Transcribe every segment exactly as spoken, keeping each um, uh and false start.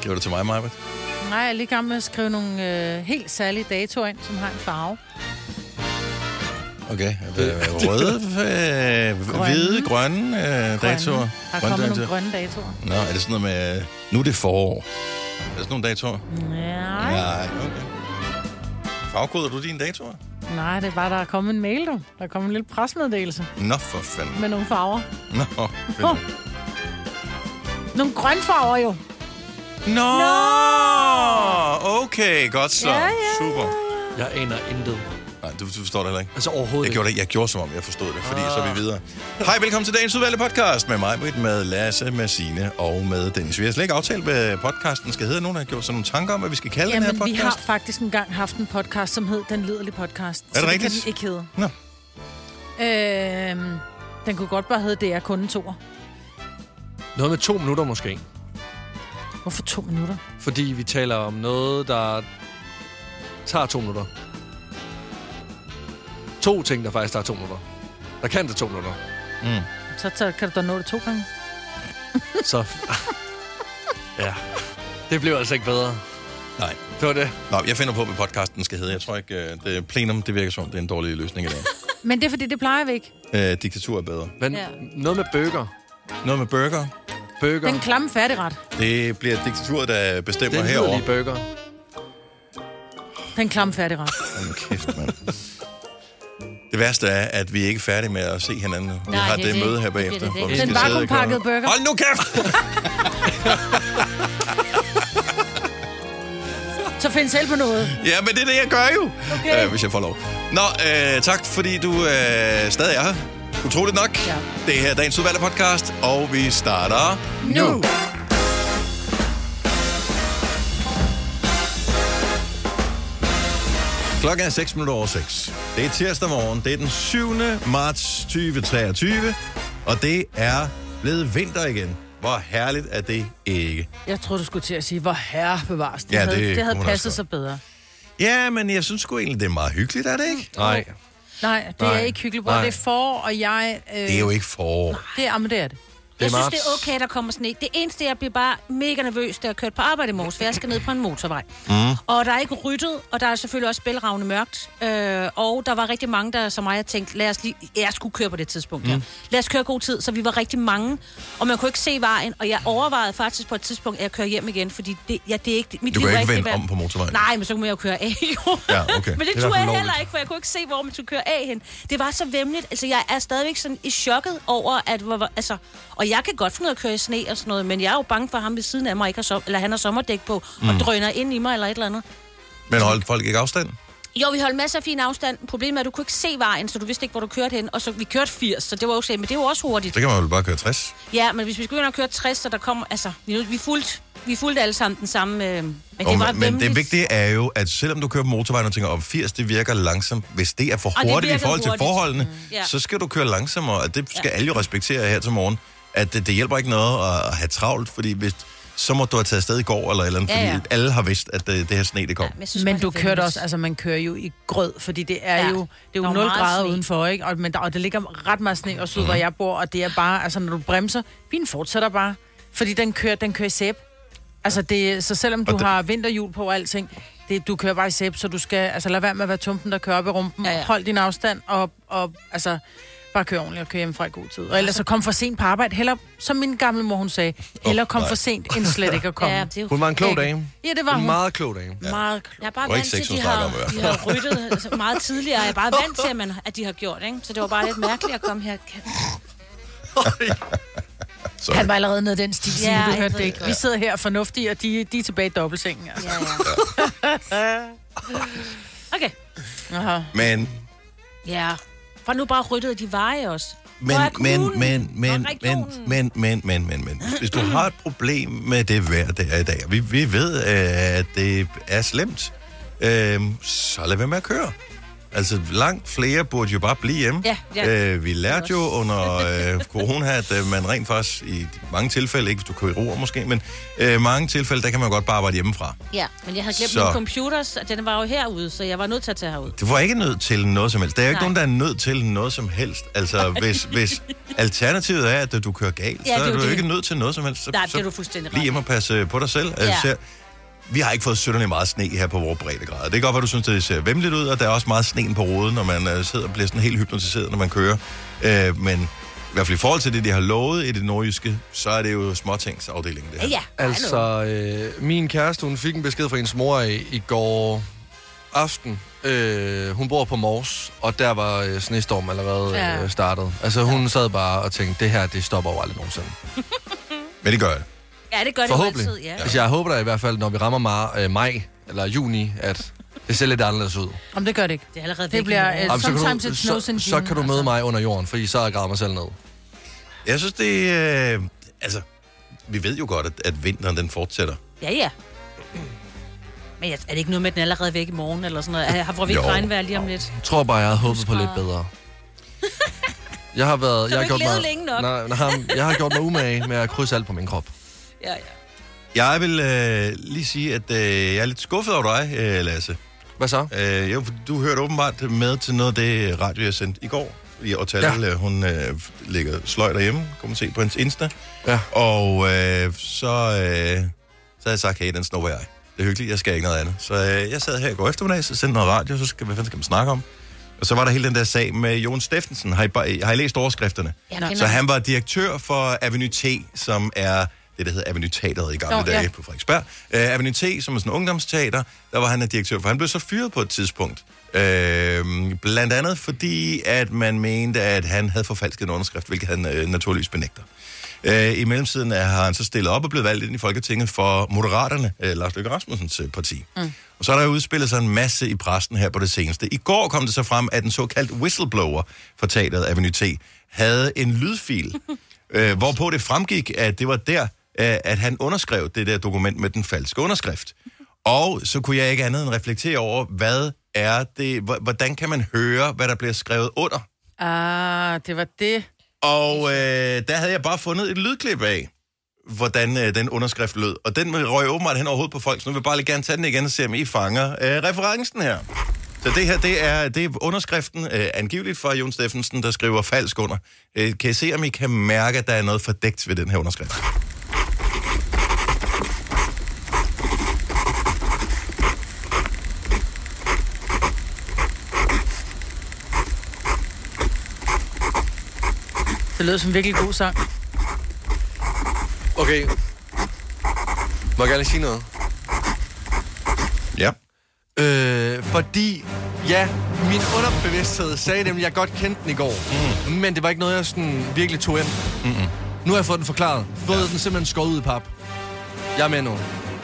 Skriver du til mig, Majbert? Nej, jeg er lige gammel med at skrive nogle øh, helt særlige datoer ind, som har en farve. Okay. Røde, øh, hvide, grønne øh, datoer. Der er kommet nogle grønne datoer. Nå, er det sådan noget med... Nu er det forår. Er det sådan nogle datoer? Nej. Nej, okay. Farvekoder du dine datoer? Nej, det er bare, der er kommet en mail, du. Der er kommet en lille pressemeddelelse. Nå, for fanden. Med nogle farver. Nå, oh. Nogle grønne farver, jo. Nå! Okay, godt så. Ja, ja, super. Jeg aner intet. Nej, du, du forstår det heller ikke. Altså overhovedet jeg gjorde det, jeg gjorde som om, jeg forstod det, fordi ah. så er vi videre. Hej, velkommen til dagens udvalgte podcast med mig, med Lasse, med Signe og med Dennis. Vi har slet ikke aftalt, hvad podcasten skal hedde. Nogen har gjort sådan nogle tanker om, hvad vi skal kalde Jamen, den her podcast. vi har faktisk engang haft en podcast, som hed Den Liderlige Podcast. Er det så rigtigt? Det kan den ikke hedde. Nå. Øhm, den kunne godt bare hedde Det er kun en toer. Noget med to minutter måske. Hvorfor to minutter? Fordi vi taler om noget, der tager to minutter. To ting, der faktisk tager to minutter. Der kan det to minutter. Mm. Så, så kan du da nå det to gange. Så... ja. Det blev altså ikke bedre. Nej. Det var det. Nå, jeg finder på, hvad podcasten skal hedde. Jeg tror ikke, det plenum, det virker som, det er en dårlig løsning i dag. Men det er fordi, det plejer vi ikke. Øh, diktatur er bedre. Men ja. Noget med burger. Noget med burger. Burger. Den klamme færdigret. Det bliver diktaturet, der bestemmer den herovre. Den burger. Den klamme færdigret. Hold kæft, mand. Det værste er, at vi er ikke færdige med at se hinanden. Nej, vi har det, det møde her bagefter. Det, det, det. Den vakuumpakkede burger. Hold nu kæft! Så find selv på noget. Ja, men det er det, jeg gør jo. Okay. Øh, hvis jeg får lov. Nå, øh, tak fordi du øh, stadig er her. Utroligt nok. Ja. Det her er dagens udvalgte podcast, og vi starter nu. nu. Klokken er seks minutter over seks. Det er tirsdag morgen. Det er den syvende marts tyve treogtyve, og det er blevet vinter igen. Hvor herligt er det ikke? Jeg tror du skulle til at sige, hvor herre bevares. Det ja, havde, det, det havde passet sig bedre. Ja, men jeg synes sgu egentlig, det er meget hyggeligt, er det ikke? Nej. Nej, det Nej. er ikke hyggeligt. Det er forår, og jeg... Øh... Det er jo ikke forår. Det er, men det er det. Jeg synes, det er okay, der kommer sne. Det eneste, jeg bliver bare mega nervøs, da jeg kørt på arbejde i morges, for jeg skal ned på en motorvej. Mm. Og der er ikke ryddet, og der er selvfølgelig også bælragende mørkt. Øh, og der var rigtig mange, der som mig har tænkt, lad os lige... Jeg skulle køre på det tidspunkt her. Mm. Lad os køre god tid, så vi var rigtig mange. Og man kunne ikke se vejen, og jeg overvejede faktisk på et tidspunkt, at jeg kører hjem igen, fordi det, ja, det er ikke... Mit du liv kan er ikke ikke vende om på motorvejen? Nej, men så kunne jeg jo køre af, jo. Ja, okay. Men det, det turde jeg heller ikke, for jeg kunne ikke se, hvor man skulle køre af hen. Det var så væmmeligt. Altså, jeg er stadigvæk sådan i chokket over, at... Altså, og jeg kan godt finde ud af at køre i sne og sådan noget, men jeg er jo bange for, at ham ved siden af mig ikke har, som, eller han har sommerdæk på, mm. og drøner ind i mig eller et eller andet. Men holdt folk ikke afstand? Jo, vi holdt masser af fin afstand. Problemet er, at du kunne ikke se vejen, så du vidste ikke, hvor du kørte hen. Og så vi kørte firs, så det var okay, men det var også hurtigt. Så kan man jo bare køre tres. Ja, men hvis vi begynder at køre tres, så der kommer... Altså, vi, vi fulgte vi fulgte alle sammen den samme... Øh, men det oh, var men det vigtige er jo, at selvom du kører på motorvejen og tænker, om firs, det virker langsomt. Hvis det er for hurtigt i forhold til hurtigt. forholdene, mm. yeah. så skal du køre langsommere. Og det skal ja. alle jo respektere her til morgen. At det, det hjælper ikke noget at have travlt, fordi hvis, så må du have taget afsted i går eller et eller andet, ja, ja. fordi alle har vidst, at det, det her sne, det kom. Ja, men men du kørte også, altså man kører jo i grød, fordi det er ja. jo, det er jo nul grader sne. Udenfor, ikke? Og, men der, og det ligger ret meget sne også ud, mm. hvor jeg bor, og det er bare, altså når du bremser, bilen fortsætter bare, fordi den kører, den kører i sæb. Altså det, så selvom du det... har vinterhjul på og alting, det, du kører bare i sæb, så du skal, altså lad være med at være tumpen, der kører op i rumpen, ja, ja. Hold din afstand, og, og altså... Bare køre ordentligt og køre hjemmefra i god tid. Og ellers så kom for sent på arbejde. Heller, som min gamle mor, hun sagde, heller kom oh, for sent, end slet ikke at komme. Ja, det hun var en klog dame. Ja, det var hun. En meget klog dame. Ja. Meget klog. Jeg er bare vant til, at de har, de har ryddet meget tidligere. Jeg er bare vant til, at, man, at de har gjort, ikke? Så det var bare lidt mærkeligt at komme her. Sorry. Han var allerede nede den stil, ja, du hørte det ikke. Vi sidder her fornuftige, og de, de er tilbage i dobbeltsengen. Altså. Ja, ja. Okay. Aha. Men... Ja. For nu bare ryddede de veje også. Men, men, men, men, men, men, men, men, men, men, hvis du har et problem med det vejr, der er i dag, vi, vi ved, at det er slemt, øh, så lad være med at køre. Altså, langt flere burde jo bare blive hjemme. Ja, ja. Øh, vi lærte jo under øh, corona, at øh, man rent faktisk i mange tilfælde, ikke hvis du kører i ro måske, men øh, mange tilfælde, der kan man godt bare arbejde hjemmefra. Ja, men jeg havde glemt så... min computers, og den var jo herude, så jeg var nødt til at tage herud. Det var ikke nødt til noget som helst. Der er jo ikke Nej. nogen, der er nødt til noget som helst. Altså, hvis, hvis alternativet er, at du kører galt, ja, så er du det. ikke nødt til noget som helst. Så, Nej, det er du fuldstændig lige hjemme og passe på dig selv. Ja. Altså, vi har ikke fået sønderlig meget sne her på vores breddegrader. Det kan godt være, du synes, det ser vemmeligt ud, og der er også meget sne på roden, når man uh, sidder og bliver sådan helt hypnotiseret, når man kører. Uh, men i hvert fald i forhold til det, de har lovet i det nordjyske, så er det jo småtingsafdelingen, det her. Ja, altså, øh, min kæreste, hun fik en besked fra hendes mor i, i går aften. Øh, hun bor på Mors, og der var øh, snestorm allerede ja. øh, startet. Altså, hun ja. sad bare og tænkte, det her, det stopper jo aldrig nogensinde. Men det gør det. Ja, det gør det Forhåbentlig. altid, ja. Altså, jeg håber da i hvert fald, når vi rammer maj, øh, maj eller juni, at det ser lidt anderledes ud. Om det gør det ikke. Det er allerede det bliver, uh, Jamen, sometimes så, it snows in June. Så kan du møde mig under jorden, fordi så har jeg gravet mig selv ned. Jeg synes, det er... Øh, altså, vi ved jo godt, at, at vinteren, den fortsætter. Ja, ja. Men er det ikke noget med, at den er allerede væk i morgen, eller sådan noget? Har vi ikke regnvejr lige om lidt? Jeg tror bare, jeg havde håbet på lidt bedre. Jeg har været... Så jeg har gjort mig, længe nok. Nej, nej, jeg har gjort mig umage med at krydse alt på min krop. Ja, ja. Jeg vil øh, lige sige, at øh, jeg er lidt skuffet over dig, øh, Lasse. Hvad så? Øh, jo, du hørte åbenbart med til noget af det radio, jeg sendte i går. I Ortal, ja. Hun øh, ligger sløj derhjemme, kunne man se på hendes Insta. Ja. Og øh, så, øh, så havde jeg sagt, hey, den snupper jeg. Det er hyggeligt, jeg skal ikke noget andet. Så øh, jeg sad her i går eftermiddag, så sendte noget radio, så skal, hvad fanden skal man snakke om? Og så var der hele den der sag med Jon Steffensen. Har I, har I læst overskrifterne? Ja, så han var direktør for Avenue T, som er det, der hedder Avenue Teateret i gamle oh, dage ja. på Frederiksberg. Uh, Avenue T, som er sådan en ungdomsteater, der var han direktør for. Han blev så fyret på et tidspunkt. Uh, blandt andet fordi, at man mente, at han havde forfalsket en underskrift, hvilket han uh, naturligvis benægter. Uh, I mellemtiden har han så stillet op og blevet valgt ind i Folketinget for Moderaterne, uh, Lars Løkke Rasmussens uh, parti. Mm. Og så er der jo udspillet sig en masse i pressen her på det seneste. I går kom det så frem, at den såkaldte whistleblower for teateret Avenue T havde en lydfil, uh, hvorpå det fremgik, at det var der, at han underskrev det der dokument med den falske underskrift. Og så kunne jeg ikke andet end reflektere over, hvad er det, hvordan kan man høre, hvad der bliver skrevet under? Ah, det var det. Og øh, der havde jeg bare fundet et lydklip af, hvordan øh, den underskrift lød. Og den røg åbenbart hen over hovedet på folk, så nu vil jeg bare lige gerne tage den igen og se, om I fanger øh, referencen her. Så det her, det er, det er underskriften, øh, angiveligt fra Jon Steffensen, der skriver falsk under. Øh, kan I se, om I kan mærke, at der er noget fordækt ved den her underskrift? Det lød som en virkelig god sang. Okay. Må jeg gerne sige noget? Ja. Øh, fordi, ja, min underbevidsthed sagde nemlig, at jeg godt kendte den i går. Mm. Men det var ikke noget, jeg sådan virkelig tog ind. Mm-mm. Nu har jeg fået den forklaret. Fået ja. den simpelthen skåret ud i pap. Jeg er med nu.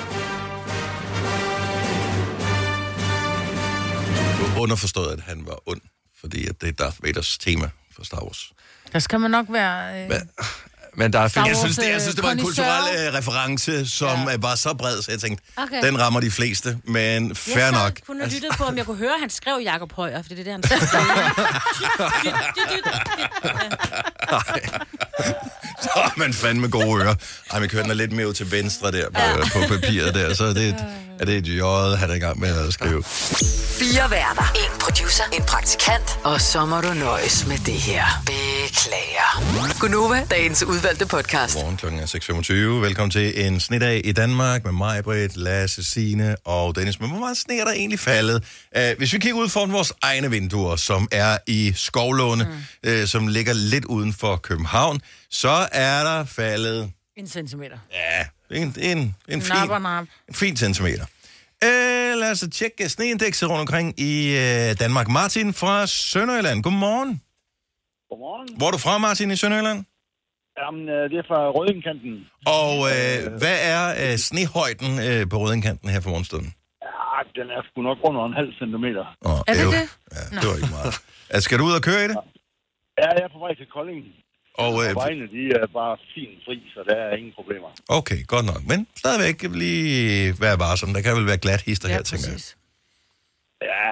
Du underforstået, at han var ond, fordi at det er Darth Vaders tema for Star Wars. Der skal man nok være... Øh... Men, men der er Wars, jeg synes, det, jeg synes, det var en kulturel øh, reference, som ja. var så bred, så jeg tænkte, okay. den rammer de fleste, men fair jeg nok. Jeg kunne have lyttet på, om jeg kunne høre, at han skrev Jakob Højer, for det er det, han skrev. Så er man fandme gode ører. Ej, man kører den lidt mere ud til venstre der på, ja. på papiret der, så er det et, er det et jøde, han er i gang med at skrive. Fire værter, en producer, en praktikant, og så må du nøjes med det her. Beklager. Gunova, dagens udvalgte podcast. Morgen klokken er seks femogtyve. Velkommen til en snedag i Danmark med mig, Britt, Lasse, Signe og Dennis. Men hvor meget sne er der egentlig faldet? Uh, hvis vi kigger ud foran vores egne vinduer, som er i Skovlåne, mm. uh, som ligger lidt uden for København, så er der faldet... En centimeter. Ja, en, en, en, en, fin, nap. en fin centimeter. Uh, lad os tjekke sneindekset rundt omkring i uh, Danmark. Martin fra Sønderjylland, godmorgen. Godmorgen. Hvor er du fra, Martin, i Sønderjylland? Jamen, det er fra Røddingkanten. Og øh, hvad er øh, snehøjden øh, på Røddingkanten her for morgenstunden? Ja, den er sgu nok under en halv centimeter. Oh, er det det? Ja, det var ikke meget. Altså, skal du ud og køre i det? Ja, jeg er på vej til Kolding. Og, øh, og vejene, de er bare fint fri, så der er ingen problemer. Okay, godt nok. Men stadigvæk lige være varsom. Der kan vel være glat hister ja, her, tænker jeg. Ja,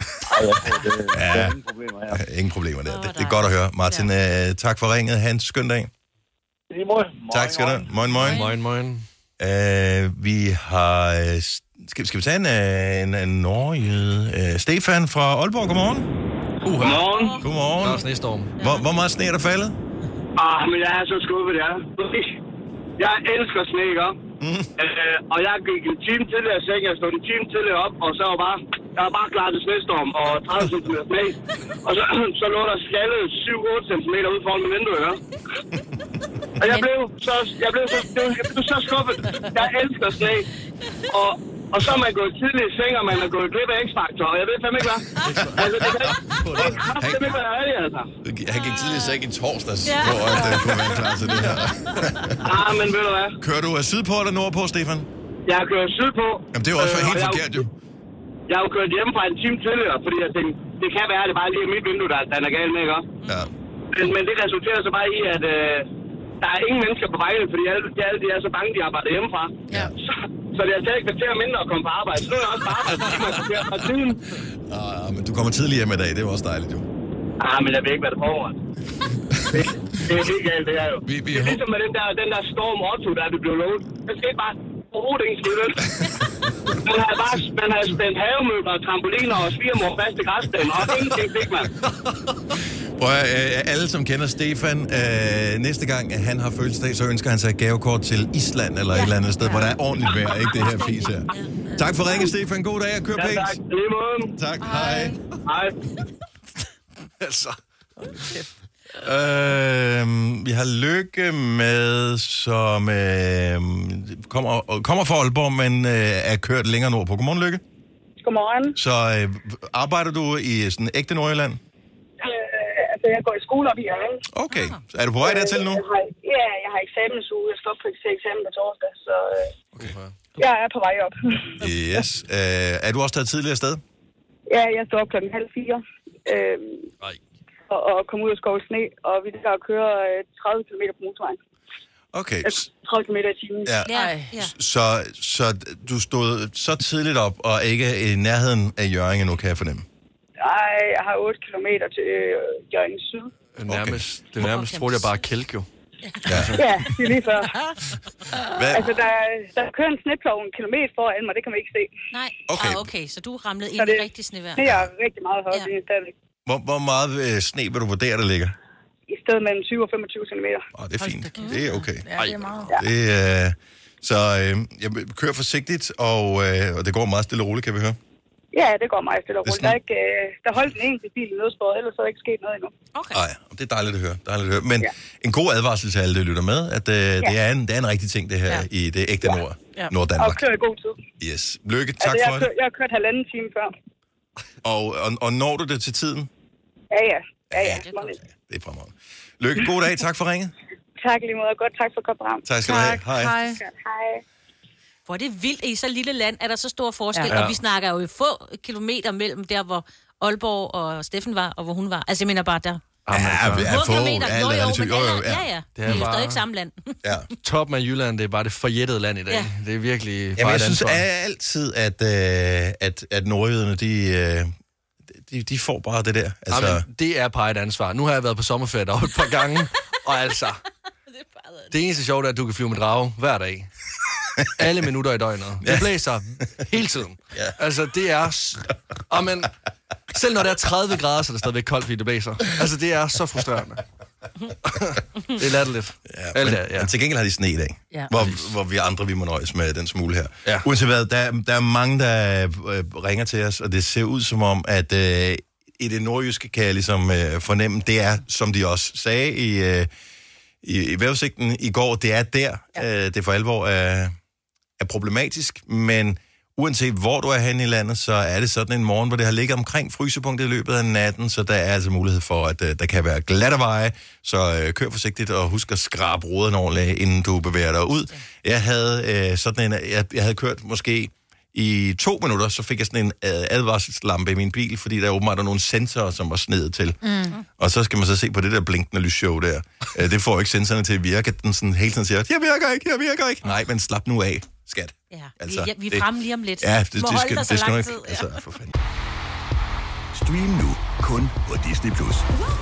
Ej, jeg tror, det, ja. Der er ingen problemer her. Ja, ingen problemer der. Det, det er godt at høre. Martin, ja. uh, tak for ringet. Ha' en skøn dag. I morgen. Tak skal du. Moin, moin. Moin, moin. Uh, vi har... Uh, skal, skal vi tage en, uh, en, en nordjyde? Uh, Stefan fra Aalborg, godmorgen. Uh, godmorgen. Godmorgen. Der er snestorm. Hvor, hvor meget sne er der faldet? Ah, men jeg er så skuffet, ja. Jeg elsker sne, ikke? Mm. Øh, og jeg gik en time tidligere i sengen, jeg stod en time tidligere op, og så var bare, jeg var bare klar til snestorm og tredive centimeter sne. Og så, så lå der skaldet syv til otte centimeter ude foran mit vindue, ja. Og jeg blev så, jeg blev så, jeg blev så skuffet. Jeg elsker sne. Og, og så er man gået tidligt i seng, og man er gået glip af X-Factor, og jeg ved fandme ikke hvad. Altså, det kan ikke ikke være ærligt, altså. Han gik tidligere i seng i torsdags, ja. For at det kunne være klar til det her. Ah, men ved du hvad? Kører du af sydpå eller nordpå, Stefan? Jeg kører sydpå. Jamen, det er jo også øh, helt forkert, jo. Jeg har jo kørt hjemme fra en time tidligere, fordi jeg tænkte, det kan være, det er bare lige mit vindue, der, der er galt med, ikke? Ja. Men, men det resulterer så bare i, at øh, der er ingen mennesker på vejene, fordi alle, de, alle de er så bange, de arbejder hjemmefra. Ja. Så, så det har taget et kvarter mindre at komme på arbejde. Så nu er jeg også på arbejde, fordi man skal fra tiden. Ah, men du kommer tidligere hjem i dag, det er jo også dejligt, jo. Ah, men jeg ved ikke, hvad det foregår. Det, det er helt galt, det er jo. Vi, vi det er ligesom med den der, den der Storm Otto, der det blev lovet. Det skete bare overhovedet ingen skid. Man havde bare man havde spændt havemøbler, trampoliner og svigermor fast i græsstænden, og ingenting fik man. Prøv at, øh, alle, som kender Stefan, øh, næste gang han har fødselsdag, så ønsker han sig et gavekort til Island eller ja. Et eller andet sted, ja. Hvor der er ordentligt vejr, ikke det her fis her. Tak for ringen, Stefan. God dag og kør ja, pænt. tak. Lige måde. Tak. Hej. Hej. Altså. Øh, vi har Lykke med, som øh, kommer, kommer fra Aalborg, men øh, er kørt længere nordpå. Godmorgen, Lykke. Godmorgen. Så øh, arbejder du i sådan ægte Nordjylland? Øh, altså, jeg går i skole op i Jørgen. Okay. Så er du på vej dertil nu? Jeg har, ja, jeg har eksamensuge. Jeg skal op på eksamen på torsdag, så øh, okay. Jeg er på vej op. Yes. Øh, er du også taget tidligere sted? Ja, jeg står op klokken halv fire. Øh, Nej. Og, og komme ud og skovle sne, og vi skal køre tredive kilometer på motorvejen. Okay. tredive kilometer i timen. Ja. Ja. Så, så du stod så tidligt op, og ikke i nærheden af Hjørring endnu, kan jeg fornemme? Nej, jeg har otte kilometer til øh, Hjørring Syd. Det er nærmest, det er nærmest troligt, jeg bare kælk, jo. Ja, ja, det er lige før. Altså, der, der kører en sneplov en kilometer foran mig, det kan man ikke se. Nej, okay, ah, okay. Så du ramlede ind i rigtig snevejr. Det er rigtig meget højt ja. Stadigvæk. Hvor, hvor meget øh, sne vil du vurdere, der ligger? I stedet mellem tyve og femogtyve centimeter. Åh, det er fint. Det er okay. Ja, det er meget. Det, øh, så øh, jeg kører forsigtigt, og, øh, og det går meget stille og roligt, kan vi høre? Ja, det går meget stille og roligt. Der, er ikke, øh, der holdt en enkelt bil i nødsporet, ellers er der ikke sket noget endnu. Okay. Ej, det er dejligt at høre. Dejligt at høre. Men ja. En god advarsel til alle, der lytter med, at øh, ja. det, er en, det er en rigtig ting, det her, ja. I det ægte ja. Nord, ja. Nord-Danmark. Og kører i god tid. Yes. Lykke, tak altså, for det. Jeg har kørt halvanden time før. Og, og, og når du det til tiden? Ja, ja. Ja, ja. Det er, det er fremragende. Lykke, god dag. Tak for ringet. Tak lige måde. Godt, tak for at komme frem. Tak skal du have. Hej. Hej. Hej. Hvor det er vildt, i så lille land er der så stor forskel, ja. Og vi snakker jo i få kilometer mellem der, hvor Aalborg og Steffen var, og hvor hun var. Altså, jeg mener bare der. Ja, ja, få kilometer, ja, jo, jo, men jo, jo, ja, ja. Det er, det er jo stadig ikke samme land. Ja. Toppen af Jylland, det er bare det forjættede land i dag. Ja. Det er virkelig ja, jeg synes altid, at, øh, at, at nordjyderne, de, øh, de, de får bare det der. Altså... Jamen, det er bare et ansvar. Nu har jeg været på sommerferie deroppe et par gange, og altså, det eneste sjovt er, at du kan flyve med drage hver dag. Alle minutter i døgnet. Det blæser hele tiden. Ja. Altså, det er... Og men, selv når det er tredive grader, så er det stadigvæk koldt, fordi det blæser. Altså, det er så frustrerende. Det er latterligt. Ja, men, ja. Men til gengæld har de sne i dag, ja. hvor, hvor vi andre, vi må nøjes med den smule her. Ja. Uanset hvad, der, der er mange, der øh, ringer til os, og det ser ud som om, at øh, i det nordjyske kan jeg ligesom øh, fornemme, det er, som de også sagde i, øh, i, i vejrudsigten i går, det er der, ja. øh, det for alvor er, er problematisk, men uanset hvor du er henne i landet, så er det sådan en morgen, hvor det har ligget omkring frysepunktet i løbet af natten, så der er altså mulighed for, at uh, der kan være glatte veje, så uh, kør forsigtigt og husk at skrabe ruderne ordentligt, inden du bevæger dig ud. Jeg havde uh, sådan en, jeg, jeg havde kørt måske i to minutter, så fik jeg sådan en uh, advarselslampe i min bil, fordi der åbenbart er nogle sensorer, som var snedet til. Mm. Og så skal man så se på det der blinkende lysshow der. Uh, det får ikke sensorerne til at virke, at den sådan hele tiden siger, jeg virker ikke, jeg virker ikke. Nej, men slap nu af, skat. Ja, altså, vi, ja, vi er fremme lige om lidt. Ja, det, det, det, skal, det skal nok ikke. Altså, for fanden. Stream nu kun på Disney plus.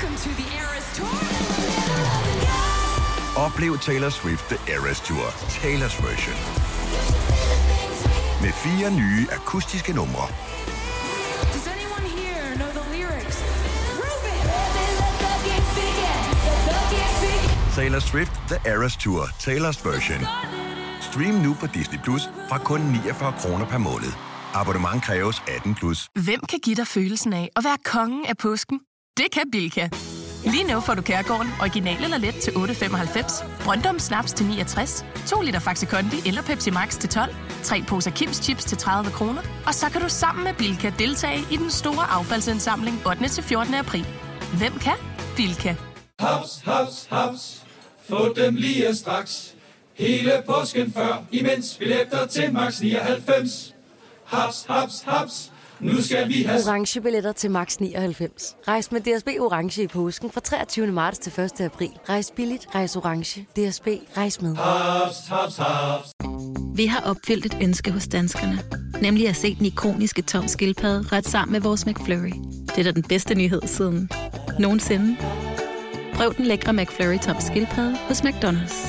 Oplev Taylor Swift The Eras Tour, Taylor's version. Med fire nye akustiske numre. Taylor Swift The Eras Tour, Taylor's version. Stream nu på Disney plus fra kun niogfyrre kroner per måned. Abonnement kræves atten plus. Hvem kan give dig følelsen af at være kongen af påsken? Det kan Bilka. Lige nu får du Kærgården original eller let til otte femoghalvfems, Brøndum Snaps til niogtres, to liter Faxi Kondi eller Pepsi Max til tolv, tre poser Kims Chips til tredive kroner, og så kan du sammen med Bilka deltage i den store affaldsindsamling ottende til fjortende april. Hvem kan? Bilka. Haps, haps, haps. Få dem lige straks. Hele påsken før, imens billetter til max nioghalvfems. Haps, haps, haps. Nu skal vi have orange billetter til max nioghalvfems. Rejs med D S B Orange i påsken fra treogtyvende marts til første april. Rejs billigt, rejs orange. D S B, rejs med. Haps, haps, haps. Vi har opfyldt et ønske hos danskerne. Nemlig at se den ikoniske Tom Skildpadde ret sammen med vores McFlurry. Det er da den bedste nyhed siden nogensinde. Prøv den lækre McFlurry Tom Skildpadde hos McDonald's.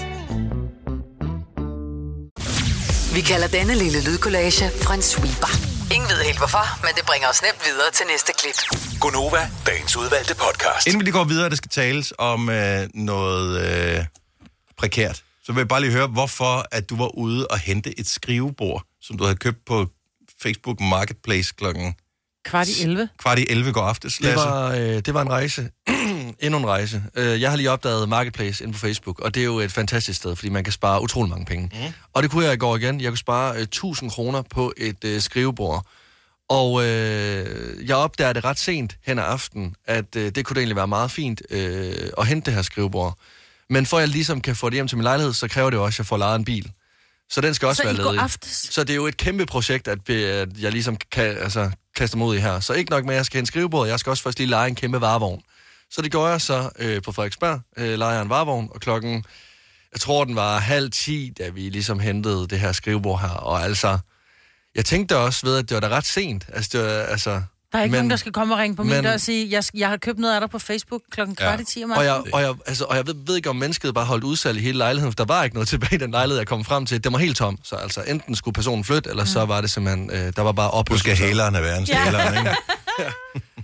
Vi kalder denne lille lydkollage en sweeper. Ingen ved helt hvorfor, men det bringer os nemt videre til næste klip. Gonova, dagens udvalgte podcast. Inden vi lige går videre, det skal tales om øh, noget øh, prekært. Så vil jeg bare lige høre, hvorfor at du var ude og hente et skrivebord, som du havde købt på Facebook Marketplace klokken... Kvart i elleve. Kvart i elleve går aftes. Det var, øh, det var en rejse. Endnu en rejse. Jeg har lige opdaget Marketplace inde på Facebook, og det er jo et fantastisk sted, fordi man kan spare utrolig mange penge. Mm. Og det kunne jeg i går igen. Jeg kunne spare øh, tusind kroner på et øh, skrivebord. Og øh, jeg opdager det ret sent hen ad aftenen, at øh, det kunne det egentlig være meget fint øh, at hente det her skrivebord. Men for at jeg ligesom kan få det hjem til min lejlighed, så kræver det jo også, at jeg får lejet en bil. Så den skal også så være ledig. Aftes. Så det er jo et kæmpe projekt, at, at jeg ligesom kan altså, kaste mig ud i her. Så ikke nok med, at jeg skal hente skrivebord, jeg skal også først lige lege en kæmpe varevogn. Så det gør jeg så øh, på Frederiksberg, øh, leger en varevogn, og klokken, jeg tror den var halv ti, da vi ligesom hentede det her skrivebord her, og altså, jeg tænkte også ved, at det var da ret sent. Altså, det var, altså... Der er ikke men, nogen, der skal komme og ringe på min men, dør og sige, jeg, jeg har købt noget af dig på Facebook klokken kvart i ti om aftenen. Og jeg, og jeg, altså, og jeg ved, ved ikke, om mennesket bare holdt udsalg i hele lejligheden, for der var ikke noget tilbage i den lejlighed, jeg kom frem til. Det var helt tom, så altså enten skulle personen flytte, eller mm. så var det simpelthen, øh, der var bare op. Du skal hælerne være en stælere, ikke? Ja.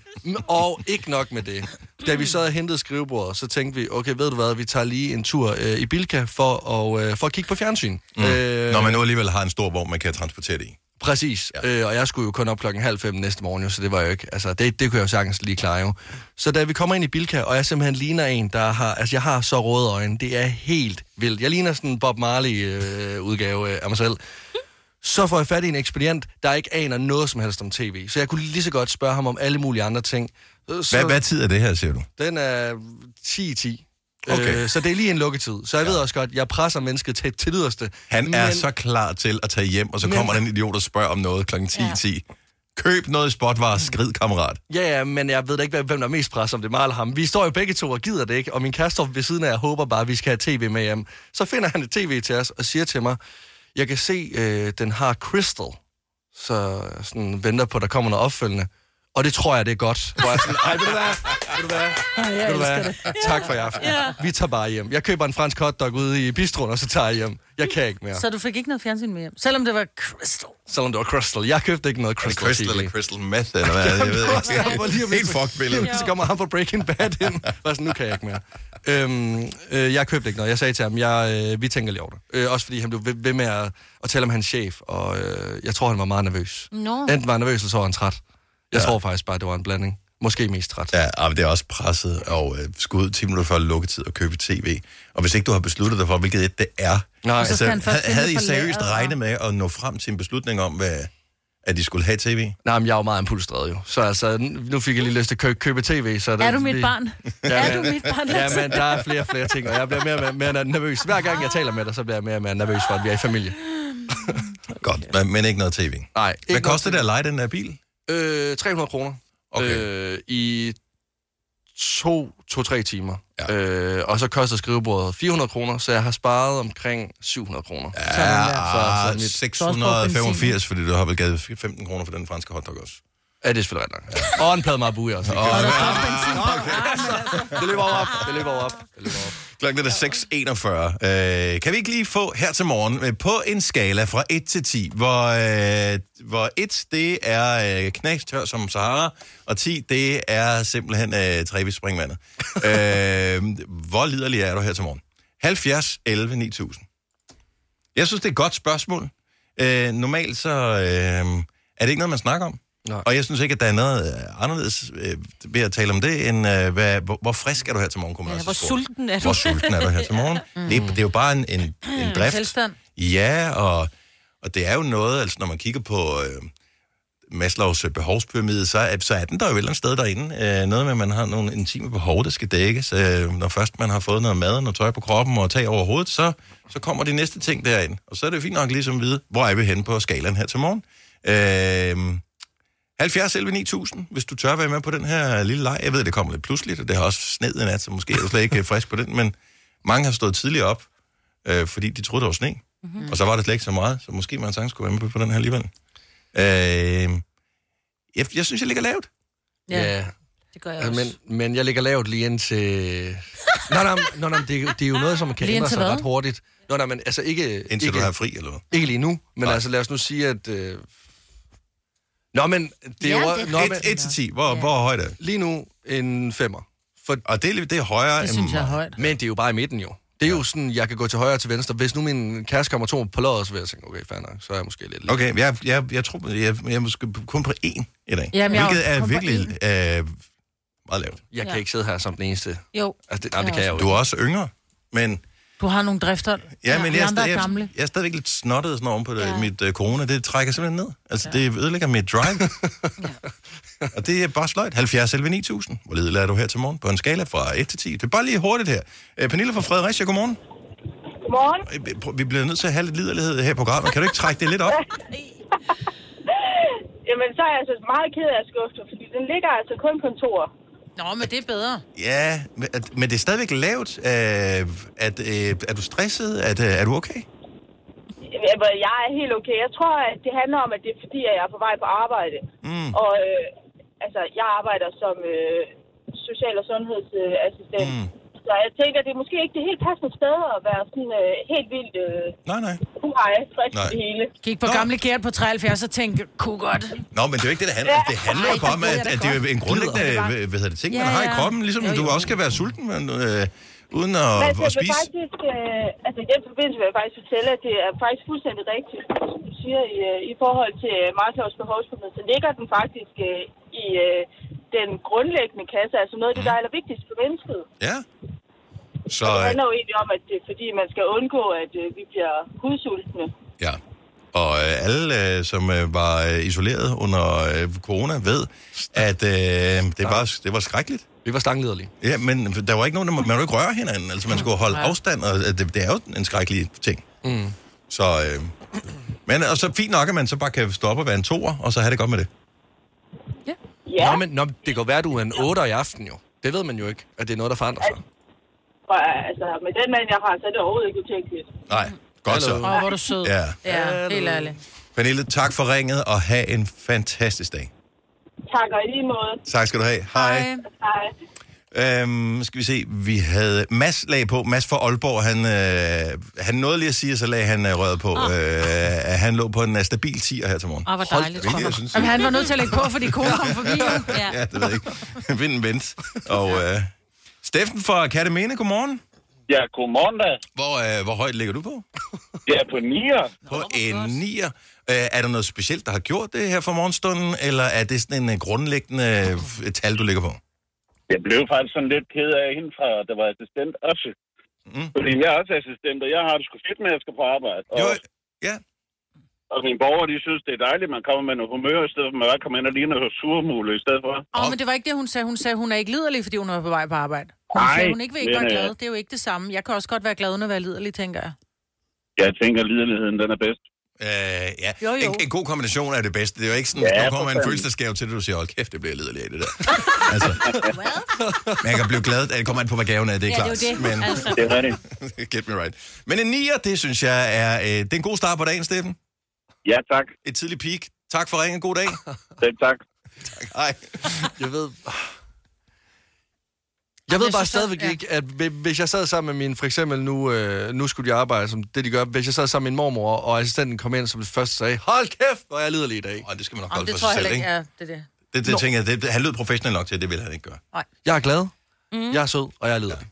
Og ikke nok med det. Da vi så havde hentet skrivebordet, så tænkte vi, okay, ved du hvad, vi tager lige en tur øh, i Bilka for at, øh, for at kigge på fjernsyn. Mm. Øh, Når man nu alligevel har en stor vogn, man kan transportere det i. Præcis, ja. øh, og jeg skulle jo kun op klokken halv fem næste morgen, jo, så det var jo ikke, altså det, det kunne jeg jo sagtens lige klare jo. Så da vi kommer ind i Bilka, og jeg simpelthen ligner en, der har, altså jeg har så røde øjne, det er helt vildt. Jeg ligner sådan en Bob Marley-udgave øh, af mig selv. Så får jeg fat i en ekspedient, der ikke aner noget som helst om tv. Så jeg kunne lige så godt spørge ham om alle mulige andre ting. Så, hvad, hvad tid er det her, siger du? Den er ti ti. Okay. Øh, så det er lige en lukketid. Så jeg ja. ved også godt, jeg presser mennesket til, til det yderste. Han men, er så klar til at tage hjem, og så men, kommer den idiot og spørger om noget klokken ti ti. Ja. Køb noget i Spotvarer, skrid, kammerat. Ja, ja, men jeg ved da ikke, hvem der er mest pres, om det er mig eller ham. Vi står jo begge to og gider det ikke, og min kæreste ved siden af, jeg håber bare, at vi skal have tv med hjem. Så finder han et tv til os og siger til mig, jeg kan se, øh, den har Crystal, så sådan venter på, at der kommer noget opfølgende. Og det tror jeg, det er godt. Hvor jeg sådan, ej, ved du hvad? Ved du hvad? Ej, ved du hvad? Tak for i aften. Ja. Vi tager bare hjem. Jeg køber en fransk hotdog ude i bistroen, og så tager jeg hjem. Jeg kan ikke mere. Så du fik ikke noget fjernsyn med hjem? Selvom det var Crystal? Selvom det var Crystal. Jeg købte ikke noget Crystal Crystal eller Crystal Meth, eller hvad? Jeg ved ikke. Helt fucked billede. Så kommer han på Breaking Bad ind. Og sådan, nu kan jeg ikke mere. Øhm, øh, jeg købte ikke noget. Jeg sagde til ham, jeg, øh, vi tænker lige over det. Øh, også fordi han blev ved, ved med at, at tale om hans chef, og øh, jeg tror, han var meget nervøs. No. Enten var han nervøs, eller så var han træt. Jeg ja. tror faktisk bare, det var en blanding. Måske mest træt. Ja, men det er også presset og øh, skulle ud ti minutter før lukketid og købe tv. Og hvis ikke du har besluttet dig for, hvilket et det er, nej. Altså, havde, havde I seriøst regnet med at nå frem til en beslutning om, hvad, at de skulle have tv? Nej, men jeg er jo meget impulsdrevet jo. Så altså, nu fik jeg lige lyst til at købe, købe tv. Så det, er du mit barn? Ja, er du mit barn? Ja, men der er flere og flere ting, og jeg bliver mere og mere, mere nervøs. Hver gang jeg taler med dig, så bliver jeg mere og mere nervøs for, at vi er i familie. Godt, men ikke noget tv? Nej. Hvad koster det at lege den der bil? Øh, tre hundrede kroner. Okay. Øh, I to, to, tre timer. Ja. Øh, og så koster skrivebordet fire hundrede kroner, så jeg har sparet omkring syv hundrede kroner. Ja, så, så, så mit... seks hundrede og femogfirs, fordi du har vel givet femten kroner for den franske hotdog også. Ja, det er selvfølgelig ret nok. Ja. Og en plade Marabu også. Oh, og der står også benzin. Okay. Det løber op. Det løber op. Det løber op. Klokken er seks enogfyrre. Øh, kan vi ikke lige få her til morgen på en skala fra et til ti, hvor, øh, hvor et det er øh, knastør som Sahara, og ti det er simpelthen øh, Trevis springvandet. øh, hvor liderlig er du her til morgen? halvfjerds elleve ni tusind. Jeg synes, det er et godt spørgsmål. Øh, normalt så øh, er det ikke noget, man snakker om. Nej. Og jeg synes ikke, at der er noget øh, anderledes øh, ved at tale om det, end øh, hvad, hvor, hvor frisk er du her til morgen, kunne man ja, også hvor sulten er du? Hvor sulten er du her til morgen? ja. det, det er jo bare en, en, en drift. Tilstand. Ja, og, og det er jo noget, altså når man kigger på øh, Maslows behovspyramide, så er, så er den der jo et eller andet sted derinde. Øh, noget med, at man har nogle intime behov, der skal dækkes. Øh, når først man har fået noget mad, noget tøj på kroppen og tag over hovedet, så, så kommer de næste ting derind. Og så er det jo fint nok ligesom at vide, hvor er vi henne på skalaen her til morgen. Øh, halvfjerds elleve ni tusind, hvis du tør være med på den her lille leg. Jeg ved, det kommer lidt pludseligt, og det har også sned i nat, så måske er du slet ikke frisk på den, men mange har stået tidligere op, øh, fordi de troede, der var sne. Mm-hmm. Og så var det slet ikke så meget, så måske man sagtens skulle være med på den her alligevel. Øh, jeg, jeg synes, jeg ligger lavt. Ja, ja. Det gør jeg også. Men, men jeg ligger lavt lige indtil... Nå, nej, nå, nej, det, det er jo noget, som kan ændre sig ret hurtigt. Nå, nej, men altså ikke... Indtil ikke, du har fri, eller hvad? Ikke lige nu, men nej. Altså lad os nu sige, at... Øh, Nå, men det er ja, jo... et til ti, hvor, ja. hvor højt er det? Lige nu en femmer. For, og det er, det er højere det end... synes jeg er højt. Men det er jo bare i midten jo. Det er ja. jo sådan, jeg kan gå til højre og til venstre. Hvis nu min kæreste kommer to på låret, så vil jeg tænke, okay, fair nok, så er jeg måske lidt... Okay, jeg, jeg, jeg tror, jeg, jeg er måske kun på én i dag. Jamen, hvilket er virkelig øh, meget lavt. Jeg kan ja. ikke sidde her som den eneste. Jo. Altså, det, nej, det kan jeg jo. Du er også yngre, men... Du har nogle drifter. Ja, men ja, jeg, er stadig, jeg, jeg, jeg er stadigvæk lidt snottet sådan oven på det, ja. mit uh, corona. Det trækker simpelthen ned. Altså, ja. det ødelægger mit drive. ja. Og det er bare sløjt. halvfjerds elleve ni tusind. Hvor lidelig er du her til morgen? På en skala fra et til ti. Det er bare lige hurtigt her. Uh, Pernille fra Fredericia, godmorgen. Godmorgen. Vi bliver nødt til at have lidt liderlighed her på programmet. Kan du ikke trække det lidt op? Jamen, så er jeg altså meget ked af at skuffe, fordi den ligger altså kun på en toer. Nå, men det er bedre. Ja, men det er stadigvæk lavt. Øh, at, øh, er du stresset? Er, er du okay? Jeg er helt okay. Jeg tror, at det handler om, at det er fordi, at jeg er på vej på arbejde. Mm. Og øh, altså, jeg arbejder som øh, social- og sundhedsassistent. Mm. Så jeg tænker, det er måske ikke det helt passende sted at være sådan øh, helt vildt... Øh, nej, nej. Uhej, frisk det hele. Gik på Nå. gamle Gert på treoghalvfjerds og tænkte, kunne godt. Nå, men det er jo ikke det, det handler om. Ja. Det handler jo bare om, at, at det er en grundlæggende hvad hedder det, ting, ja, man har i kroppen. Ligesom jo, jo. Du også skal være sulten, men, øh, uden at, men, at spise. Faktisk, øh, altså i den forbindelse vil jeg faktisk fortælle, at det er faktisk fuldstændig rigtigt, som du siger, i, i forhold til Maslows behovspyramide, så ligger den faktisk øh, i øh, den grundlæggende kasse, altså noget af det, der er allervigtigst for mennesket. Ja. Så, det handler jo egentlig om, at det er fordi, man skal undgå, at øh, vi bliver hudsultne. Ja, og øh, alle, øh, som øh, var øh, isoleret under øh, corona, ved, at øh, det, var, det var skrækkeligt. Vi var stanglederlige. Ja, men der var ikke nogen, der må, man må ikke røre hinanden. Altså, man skulle holde afstand, og det, det er jo en skrækkelig ting. Mm. Så, øh, men og så fint nok, at man så bare kan stoppe og være en toer, og så have det godt med det. Ja. ja. Nå, men nå, det kan være, at du er en otter i aften, jo. Det ved man jo ikke, at det er noget, der forandrer sig. Og, altså, med den mand, jeg har, så er det overhovedet ikke utænkeligt. Nej, godt så. Åh, hvor er du sød. Ja. Ja, helt ærligt. Pernille, tak for ringet, og have en fantastisk dag. Tak, og i lige måde. Tak skal du have. Hej. Hej. Øhm, skal vi se, vi havde Mads lag på. Mads fra Aalborg, han, øh, han nåede lige at sige, så lagde han øh, røret på. Oh. Øh, han lå på en uh, stabil tier her til morgen. Åh, oh, hvor dejligt. Hold, jeg synes, Jamen, han var nødt til at lægge på, fordi konen kom forbi. ja. ja, det ved jeg ikke. Vinden vent. Og øh, Steffen fra Kattemene, godmorgen. Ja, godmorgen da. Hvor, øh, hvor højt ligger du på? Ja, på nier. På en nier. Øh, er der noget specielt, der har gjort det her for morgenstunden, eller er det sådan en grundlæggende øh, tal, du ligger på? Jeg blev faktisk sådan lidt ked af hende fra, der var assistent også. Mm. Fordi jeg er også assistent, og jeg har det sgu fedt med, at jeg skal på arbejde. Og, jo, ja. Og mine borgere, de synes, det er dejligt, man kommer med noget humør, i stedet for at man kommer ind og ligner noget surmule i stedet for. Åh, oh, men det var ikke det, hun sagde. Hun sagde, hun er ikke liderlig, fordi hun er på vej på arbejde. Hun Nej, sagde, hun ikke vil ikke men, være glad. Det er jo ikke det samme. Jeg kan også godt være glad, uden at være liderlig, tænker jeg. Jeg tænker, at liderligheden, den er bedst. Øh, ja, jo, jo. En, en god kombination er det bedste. Det er jo ikke sådan, at ja, der kommer en følelsesgave til det, du siger, hold kæft, det bliver liderligt af det der. altså, man kan blive glad, at det kommer an på, hvad gaven er, det er ja, klart. Det er det. Men, altså. Det er det. Get me right. Men en nier, det synes jeg er, øh, det er en god start på dagen, Steffen. Ja, tak. Et tidligt peak. Tak for ringen. God dag. Selv tak. Tak, hej. Jeg ved... Jeg ved bare stadigvæk ja. ikke, at hvis jeg sad sammen med min, for eksempel nu, øh, nu skulle de arbejde, som det de gør, hvis jeg sad sammen med min mormor, og assistenten kom ind som det første sagde, hold kæft, hvor jeg lider lige i dag. Og det skal man nok holde for sig selv, ikke? Ja, det, det. Det, det tænker jeg, det, han lød professionelt nok til, at det vil han ikke gøre. Nej. Jeg er glad, mm. jeg er sød, og jeg er lider.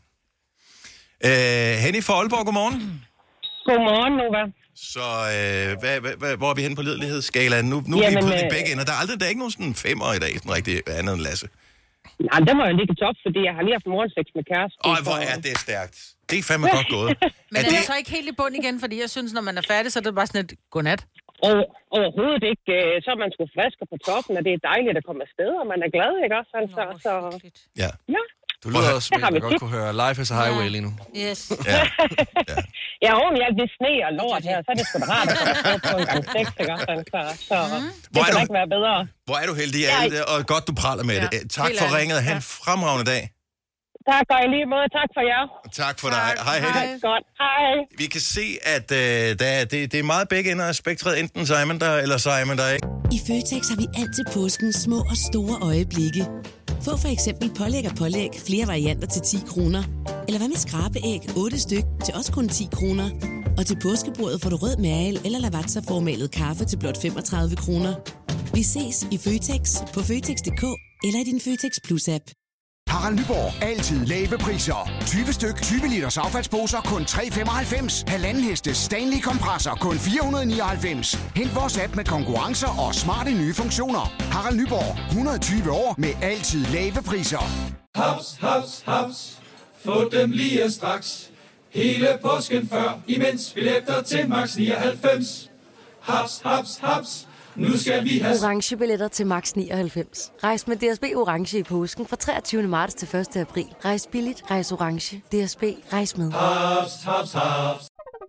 Ja. Øh, Henny fra Aalborg, godmorgen. Godmorgen, Nova. Så øh, hvad, hvad, hvor er vi henne på lidelighedsskalaen? Nu, nu er vi på de begge ender. Der er aldrig, der er ikke nogen sådan femmer i dag, sådan rigtig andet end Lasse. Nej, det må jeg ligge top, fordi jeg har lige haft morgensex med kæreste. Øj, hvor er det stærkt. Det er fandme godt gået. Men er det så ikke helt i bund igen, fordi jeg synes, når man er færdig, så er det bare sådan et godnat? Og, overhovedet ikke. Så er man sgu frisk på toppen, og det er dejligt at komme afsted, og man er glad, ikke også? Altså, så... Ja. Ja. Du lyder også, som jeg godt kunne høre Life is a Highway lige nu. Yes. Ja. ja. Jeg har ordentligt alt det sne og lort her, så er det sgu da rart at komme afsted på en gang seks, ikke også? Så, så mm. det kan da ikke være bedre. Hvor er du heldig, ja. Og godt, du praler med ja. det. Tak for ringet. Ha' en fremragende dag. Tak og i lige måde. Tak for jer. Tak for dig. Hej, Henny. Hej. Godt. Hej. Vi kan se, at øh, der, det, det er meget begge ender af spektret. Enten Simon der, eller Simon der, ikke? I Føtex har vi altid påsken små og store øjeblikke. Få for eksempel pålæg og pålæg flere varianter til ti kroner. Eller hvad med skrabeæg otte styk til også kun ti kroner. Og til påskebordet får du rød mal eller lavatserformalet kaffe til blot femogtredive kroner. Vi ses i Føtex på Føtex punktum d k eller i din Føtex Plus-app. Harald Nyborg. Altid lave priser. tyve styk, tyve liters affaldsposer kun tre femoghalvfems. Halvanden heste Stanley kompresser kun fire hundrede nioghalvfems. Hent vores app med konkurrencer og smarte nye funktioner. Harald Nyborg. hundrede og tyve år med altid lave priser. Haps, haps, haps. Få dem lige straks. Hele påsken før, imens billetter til max nioghalvfems. Haps, haps, haps. Nu skal vi have orange billetter til max nioghalvfems. Rejs med D S B orange i påsken fra treogtyvende marts til første april. Rejs billigt, rejs orange. D S B, rejs med. Haps, haps, haps.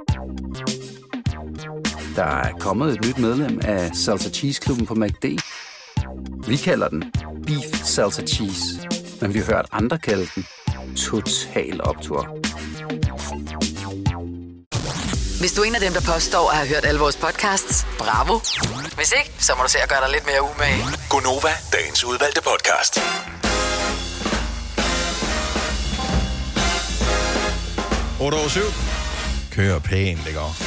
Der er kommet et nyt medlem af Salsa Cheese Klubben på McD. Vi kalder den Beef Salsa Cheese, men vi har hørt andre kalde den Total Optur. Hvis du er en af dem, der påstår at have hørt alle vores podcasts, bravo. Hvis ikke, så må du se at gøre dig lidt mere umage. Gonova, dagens udvalgte podcast. otte over syv. Kører pænt, det går.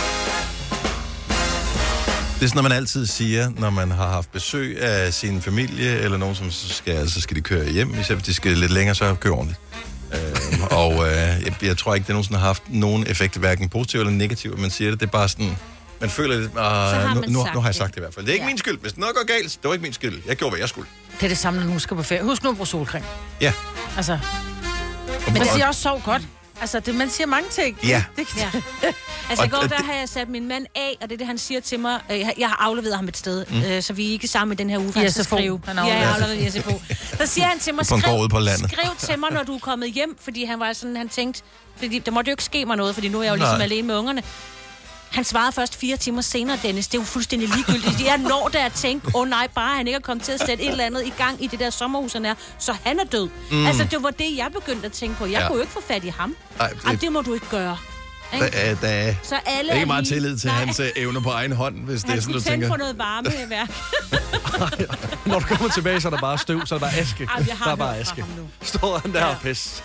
Det er sådan, man altid siger, når man har haft besøg af sin familie, eller nogen, som skal, så skal de køre hjem. Især hvis de skal lidt længere, så kører ordentligt. øhm, og øh, jeg, jeg tror ikke, det nogensinde har haft nogen effekt, hverken positiv eller negativ, man siger det. Det er bare sådan, man føler lidt, uh, nu, nu, nu har jeg sagt det i hvert fald. Det er ikke ja. min skyld. Hvis noget går galt, det var ikke min skyld. Jeg gjorde, hvad jeg skulle. Det er det samme, når du skal på ferie. Husk nu at bruge solcreme. Ja. Altså, man siger også sov godt. Altså, det, man siger mange ting. Ja. Det, det, ja. Altså, i går, der har jeg sat min mand af, og det er det, han siger til mig. Jeg har afleveret ham et sted, mm. øh, så vi er ikke sammen i den her uge, for han skal skrive. Han ja, jeg har afleveret i S F O. Der siger han til mig, skriv, skriv til mig, når du er kommet hjem, fordi han var sådan, han tænkte, fordi der måtte jo ikke ske mig noget, fordi nu er jeg jo ligesom Nej. alene med ungerne. Han svarede først fire timer senere, Dennis. Det er jo fuldstændig ligegyldigt. Jeg når der at tænke, åh oh, nej, bare han ikke er kommet til at sætte et eller andet i gang i det der sommerhus, han er, så han er død. Mm. Altså, det var det, jeg begyndte at tænke på. Jeg ja. kunne jo ikke få fat i ham. Ej, det... Ej, det må du ikke gøre. Der er, der er så alle ikke er meget lige... tillid til Nej. hans evner på egen hånd, hvis han det er sådan, du tænker. Han skulle tænde for noget varme. Når du kommer tilbage, så er der bare støv, så er der bare aske. Ej, jeg har der er bare aske. Står han der ja. og pis.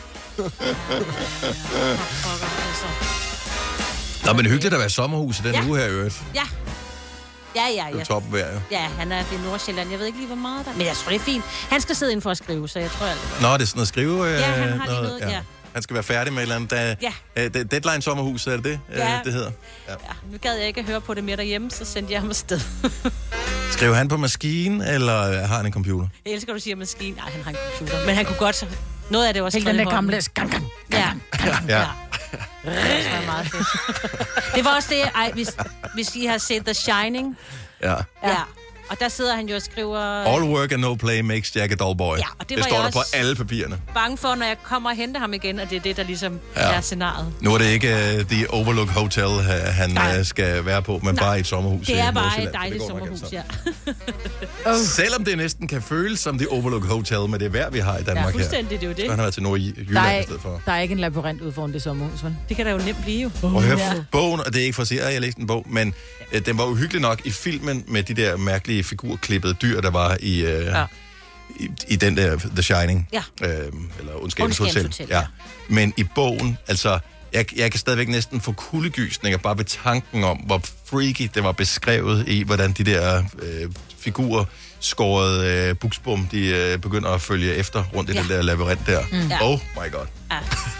Nå, men hyggeligt at være sommerhus i den ja. uge her i øvrigt. Ja. Ja, ja, ja. Det er toppen vejr, jo. Ja, han er i Nordsjælland. Jeg ved ikke lige, hvor meget der men jeg tror, det er fint. Han skal sidde inden for at skrive, så jeg tror alt det. Nå, det er sådan at skrive? Øh, ja, han har noget, noget ja. ja. Han skal være færdig med et eller andet. Da, ja. uh, Deadline sommerhus, er det det, ja. uh, det hedder? Ja. ja. Nu gad jeg ikke at høre på det mere derhjemme, så sendte jeg ham afsted. Skriver han på maskine, eller har han en computer? Jeg elsker, at du siger maskine. Nej, han har en computer. Men han kunne godt... Noget af det var også... Helt den der gamle... Gang, gang, gang, gang, ja. ja. Det var meget fedt. Det var også det, ej, hvis, hvis I har set The Shining. Ja. Ja. Og der sidder han jo og skriver... All work and no play makes Jack a dull boy. Ja, og det, det står der på alle papirerne. Bange for, når jeg kommer og henter ham igen, og det er det, der ligesom ja. er scenariet. Nu er det ikke uh, The Overlook Hotel, uh, han uh, skal være på, men Nej. bare i et sommerhus. Det er bare et dejligt sommerhus, ja. oh. Selvom det næsten kan føles som The Overlook Hotel, med det vejr, vi har i Danmark her. Ja, fuldstændig, her. Det er jo det. Så han har været til Nordjylland i stedet for. Der er ikke en labyrint ud foran det sommerhus, vel? Det kan der jo nemt blive jo. Og hør ja. bogen, og det er ikke for at sige, at jeg læste en bog, men uh, den var uhyggelig nok i filmen med de der mærkelige figurklippede dyr, der var i, uh, ja. i, i den der The Shining. Ja. Øh, eller Ondskabens Hotel. Ja. ja. Men i bogen, altså, jeg, jeg kan stadigvæk næsten få kuldegysninger bare ved tanken om, hvor freaky det var beskrevet i, hvordan de der øh, figurer, skåret øh, buksbom, de øh, begynder at følge efter rundt i ja. den der labyrint der. Mm. Ja. Oh my god. Ja.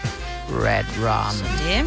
Red Rum.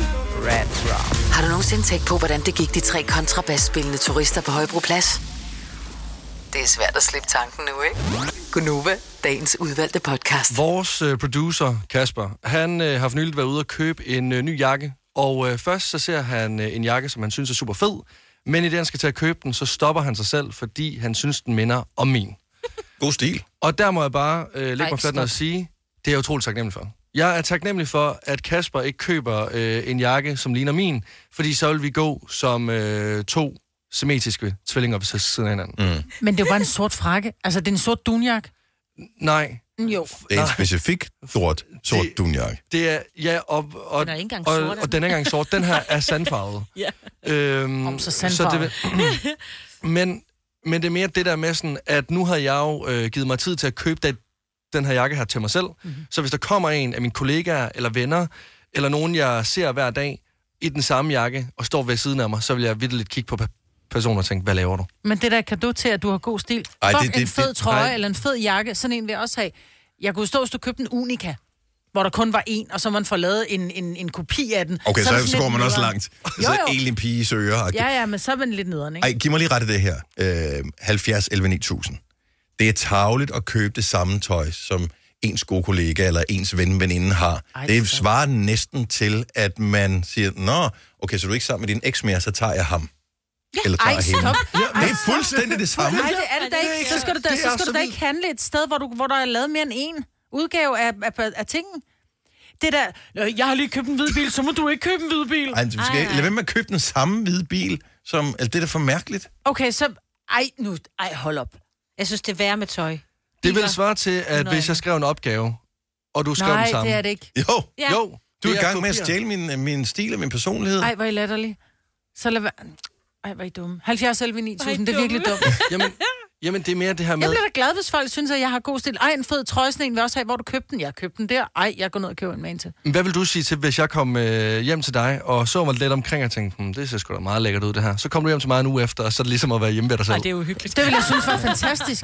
Red Rum. Har du nogensinde tænkt på, hvordan det gik de tre kontrabasspillende turister på Højbroplads? Det er svært at slippe tanken nu, ikke? Gunova, dagens udvalgte podcast. Vores øh, producer, Kasper, han øh, har for nyligt været ude og købe en øh, ny jakke. Og øh, først så ser han øh, en jakke, som han synes er super fed. Men i det, han skal til at købe den, så stopper han sig selv, fordi han synes, den minder om min. God stil. Og der må jeg bare øh, lægge mig fladt og sige, det er jeg utroligt taknemmelig for. Jeg er taknemmelig for, at Kasper ikke køber øh, en jakke, som ligner min, fordi så vil vi gå som øh, to symmetriske tvillinger ved siden af hinanden. Mm. Men det er jo bare en sort frakke. Altså, det er en sort dunjak. Nej. Jo. Det er en specifik sort, sort det, dunjak. Det er, ja, og, og, den er ikke engang og, sort. og den er ikke engang sort. Den her er sandfarvet. ja. Øhm, Om så sandfarvet. Så det, men, men det er mere det der med sådan, at nu har jeg jo øh, givet mig tid til at købe det, den her jakke her til mig selv. Mm-hmm. Så hvis der kommer en af mine kollegaer eller venner, eller nogen, jeg ser hver dag, i den samme jakke, og står ved siden af mig, så vil jeg vitterligt kigge på personer og tænke, hvad laver du? Men det der kan du til, at du har god stil. Ej, det, det, en fed det, trøje ej. eller en fed jakke, sådan en vil jeg også have. Jeg kunne stå, hvis du købte en Unica, hvor der kun var en, og så man får lavet en, en, en kopi af den. Okay, så, så, så går man nederen. også langt. Jo, jo. Så er egentlig en pige søger. Ja, ja, men så er man lidt nederen, ikke? Ej, giv mig lige ret i det her. Øh, halvfjerds elleve ni tusind. Det er tarveligt at købe det samme tøj, som ens gode kollega eller ens ven, veninde har. Ej, det svarer næsten til, at man siger, nå, okay, så er du ikke sammen med din eks mere, så tager jeg ham. Ja. Eller tager Ej, hende. stop. Ja, det er fuldstændig det samme. Nej, det er det da ikke. Så skal du da, så skal du da ikke handle et sted, hvor, du, hvor der er lavet mere end en udgave af, af, af tingen. Det der, jeg har lige købt en hvid bil, så må du ikke købe en hvid bil. Ej, du skal, ej, ej. Lad være med at købe den samme hvide bil, som, altså, det er da for mærkeligt. Okay, så, ej, nu, ej, hold op. Jeg synes, det er værre med tøj. Det vil svare til, at hvis jeg skrev en opgave, og du skrev nej, den samme. Nej, det er det ikke. Jo, ja. jo. Du er i gang med at stjæle min, min stil og min personlighed. Ej, hvor er I latterlig. Så lad være. Ej, hvor er I dumme. halvfjerds elleve ni tusind, det er virkelig dumt. Jamen, jamen, det er mere det her med... Jeg bliver da glad, hvis folk synes, at jeg har god stil. Ej, en fed trøje, sådan en vil også have, hvor du købte den. Jeg købte den der. Ej, jeg går ned og køber en med en til. Hvad vil du sige til, hvis jeg kom øh, hjem til dig, og så mig lidt omkring og tænkte, hm, det ser sgu da meget lækkert ud, det her. Så kom du hjem til mig en uge efter, og så er det ligesom at være hjemme ved dig selv. Ej, det er jo hyggeligt. Det vil jeg synes var fantastisk.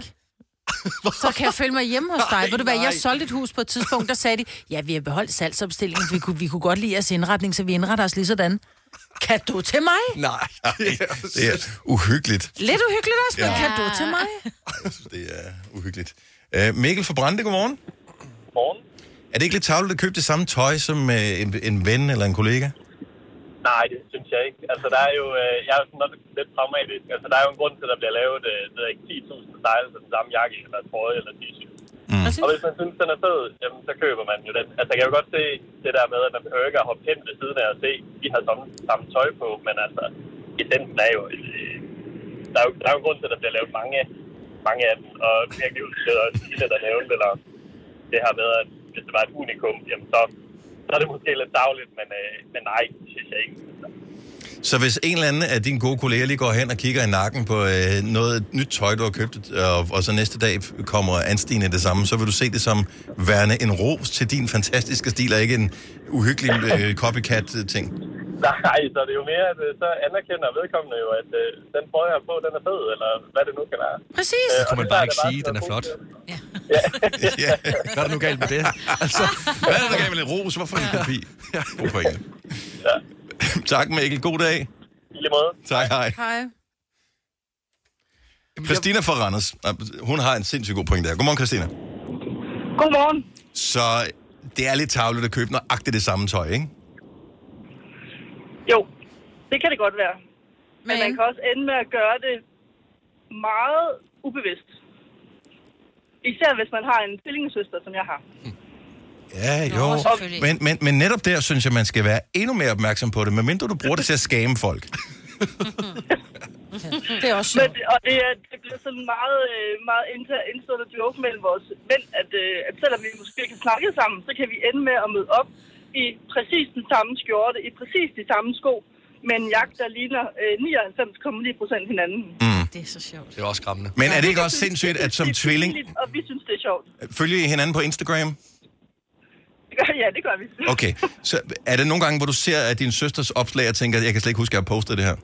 Så kan jeg følge mig hjemme hos dig. Ved du hvad, jeg solgte et hus på et tidspunkt, der sagde de, ja, vi har beholdt salgsopstillingen, vi kunne, vi kunne godt lide jeres indretning, så vi indretter os lige sådan. Kan du til mig? Nej. Det er uhyggeligt. Lidt uhyggeligt også, men ja. Kan du til mig? Ej, jeg synes, det er uhyggeligt. Uh, Mikkel fra Brande, godmorgen. Godmorgen. Er det ikke lidt tavligt at købe det samme tøj som uh, en, en ven eller en kollega? Nej, det synes jeg ikke. Altså, der er jo, øh, jeg er jo sådan lidt pragmatisk. Altså, der er jo en grund til, at der bliver lavet øh, det er ikke ti tusind styles af den samme jakke, eller trøje, eller t-shirt. Mm. Og hvis man synes, den er fed, jamen, så køber man jo den. Altså, jeg kan jo godt se det der med, at man behøver ikke at hoppe hen ved siden af og se, vi har samme, samme tøj på, men altså, essensen er jo, øh, der er jo, der er jo en grund til, at der bliver lavet mange, mange af dem. Og virkelig det er også Ille, der nævnte, eller det har været, at hvis det var et unikum, jamen, så så er det måske lidt dagligt, men, øh, men nej, det synes jeg ikke. Så hvis en eller anden af dine gode kolleger lige går hen og kigger i nakken på øh, noget nyt tøj, du har købt, og, og så næste dag kommer anstigende det samme, så vil du se det som værende en ros til din fantastiske stil, og ikke en uhyggelig øh, copycat-ting? Nej, så det er jo mere, at så anerkender vedkommende jo, at øh, den trøje jeg har på, den er fed, eller hvad det nu kan være. Præcis. Øh, så kunne man bare ikke sige, at den er flot. Ja. ja. Hvad er der nu galt med det? Altså, hvad er der nu galt med lidt ros? Hvorfor en kopi? God pointe. Ja. Tak, Mikkel. God dag. I lige måde. Tak, hej. Hej. Christina fra Randers. Hun har en sindssygt god pointe der. Godmorgen, Christina. Godmorgen. Så det er lidt tarveligt at købe nøjagtigt det samme tøj, ikke? Jo, det kan det godt være. Men, Men man kan også ende med at gøre det meget ubevidst. Især hvis man har en tvillingesøster, som jeg har. Ja, jo. Nå, men, men, men netop der synes jeg, man skal være endnu mere opmærksom på det, medmindre du bruger det til at skame folk. Det er også sjovt. Men, og det, er, det bliver sådan en meget, meget indstående joke mellem vores ven, at, at selvom vi måske kan snakke sammen, så kan vi ende med at møde op i præcis den samme skjorte, i præcis de samme sko, med en jakke, der ligner øh, nioghalvfems komma ni procent hinanden. Mm. Det er så sjovt. Det er også skræmmende. Men er det ikke også sindssygt, at som tvilling... Og vi synes, det er sjovt. Følger I hinanden på Instagram? Ja, det gør vi. Okay, så er det nogle gange, hvor du ser, at din søsters opslag, og tænker, jeg kan slet ikke huske, at jeg har postet det her?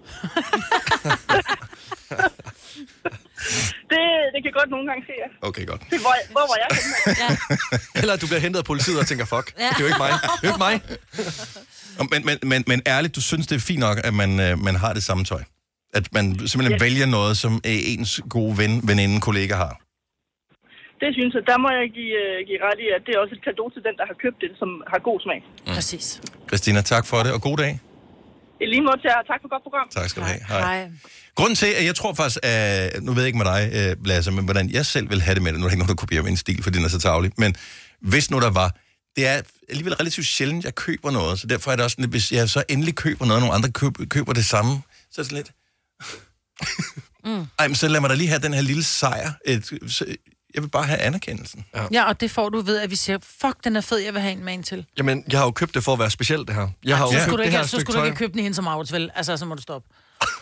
det, det kan godt nogle gange ske, ja. Okay, godt. Det, hvor, hvor var jeg henne? Ja. Eller at du bliver hentet af politiet og tænker, fuck, ja. Det er jo ikke mig. Det er jo ikke mig. men, men, men, men ærligt, du synes, det er fint nok, at man, man har det samme tøj? At man simpelthen yes. vælger noget, som ens gode ven, veninde, kollega har? Det synes jeg, der må jeg give, uh, give ret i, at det er også et cadeau til den, der har købt det, som har god smag. Mm. Præcis. Christina, tak for det, og god dag. I lige måde til jer. Tak for godt program. Tak skal du have. Hej. Hej. Grunden til, at jeg tror faktisk, at, nu ved jeg ikke med dig, Lasse, men hvordan jeg selv vil have det med det, nu er det ikke noget, der kopierer min stil, fordi den er så tarvelig, men hvis nu der var, det er alligevel relativt sjældent, jeg køber noget, så derfor er det også sådan, hvis jeg så endelig køber noget, og nogle andre køber, køber det samme, så er det sådan lidt... mm. Ej, men så lad mig da lige have den her lille sejr. Et, så, jeg vil bare have anerkendelsen. Ja. ja, og det får du ved, at vi siger, fuck, den er fed, jeg vil have en med en til. Jamen, jeg har jo købt det for at være specielt, det her. Jeg har ja, jo så købt skulle, det ikke, her så skulle du ikke købe den i hende som Aarhus, vel? Altså, så må du stoppe.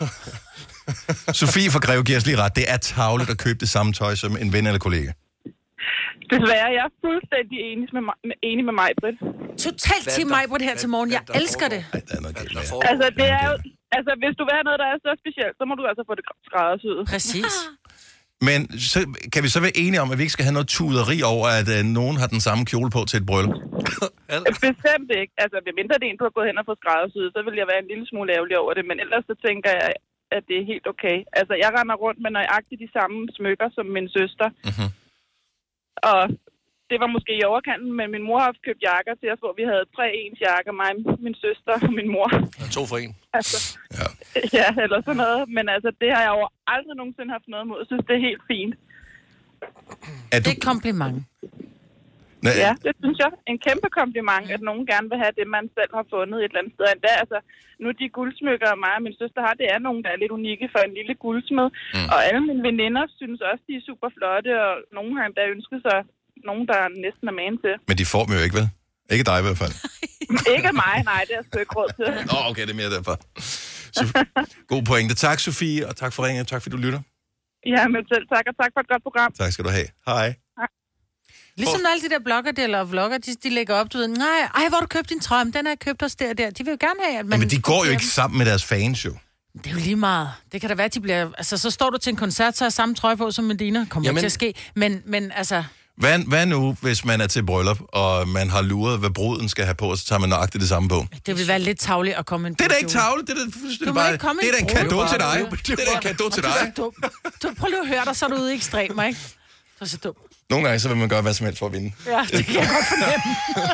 Sofie fra Greve giver os lige ret. Det er tarveligt at købe det samme tøj som en ven eller kollega. Desværre, jeg er fuldstændig enig med mig, enig med mig, Britt. Totalt til mig, Britt, her til morgen. Jeg elsker det. Ej, der er noget galt med. Altså, det er jo... Altså, hvis du vil have noget, der er så specielt, så må du altså få det skræddersyet. Præcis. Men så, kan vi så være enige om, at vi ikke skal have noget tuderi over, at øh, nogen har den samme kjole på til et bryllup? Bestemt ikke. Altså, hvis mindre det er en, du har gået hen og fået skræddersyet, så vil jeg være en lille smule ærgerlig over det. Men ellers så tænker jeg, at det er helt okay. Altså, jeg render rundt med nøjagtigt de samme smykker som min søster. Mm-hmm. Og det var måske i overkanten, men min mor har købt jakker til os, hvor vi havde tre ens jakker, mig, min søster og min mor. Ja, to for en. Altså, ja. ja, eller sådan noget. Men altså, det har jeg jo aldrig nogensinde haft noget imod. Jeg synes, det er helt fint. Er du... Det er kompliment. Nej. Ja, det synes jeg. En kæmpe kompliment, at nogen gerne vil have det, man selv har fundet et eller andet sted. Endda, altså, nu de guldsmykker, mig og min søster har, det er nogen, der er lidt unikke for en lille guldsmed. Mm. Og alle mine veninder synes også, de er super flotte, og nogen har endda ønsket sig nogen, der næsten er man til. Men de får dem jo ikke, vel? Ikke dig i hvert fald. Ikke mig, nej, det er sgu ikke råd til. Nå, okay, det er mere derfor. Så, god pointe. Tak, Sofie, og tak for ringen, tak fordi du lytter. Ja, men selv tak, og tak for et godt program. Tak skal du have. Hej. Hej. Ligesom alle de der blogger, eller vlogger, de, de lægger op, du ved, nej, ej, hvor har du købt din trøje, den har jeg købt hos der og der. De vil jo gerne have, at man... Men de går jo ikke sammen med deres fans, jo. Det er jo lige meget. Det kan da være, at de bliver... Altså, så står du til en koncert, så har samme trøje på som Medina. Kommer Jamen... til at ske. Men, men altså... Hvad, hvad nu, hvis man er til bryllup, og man har luret, hvad bruden skal have på, og så tager man nøjagtigt det samme på? Det vil være lidt tavligt at komme ind på. Det er da ikke tavligt, det er da fuldstændig bare... Det er da en cadeau til dig. Det er da en cadeau til dig. Du, prøv lige at høre dig, så er du ude i ekstremer, ikke? Så er så dum. Nogle gange, så vil man gøre hvad som helst for at vinde. Ja, det kan jeg godt fornemme.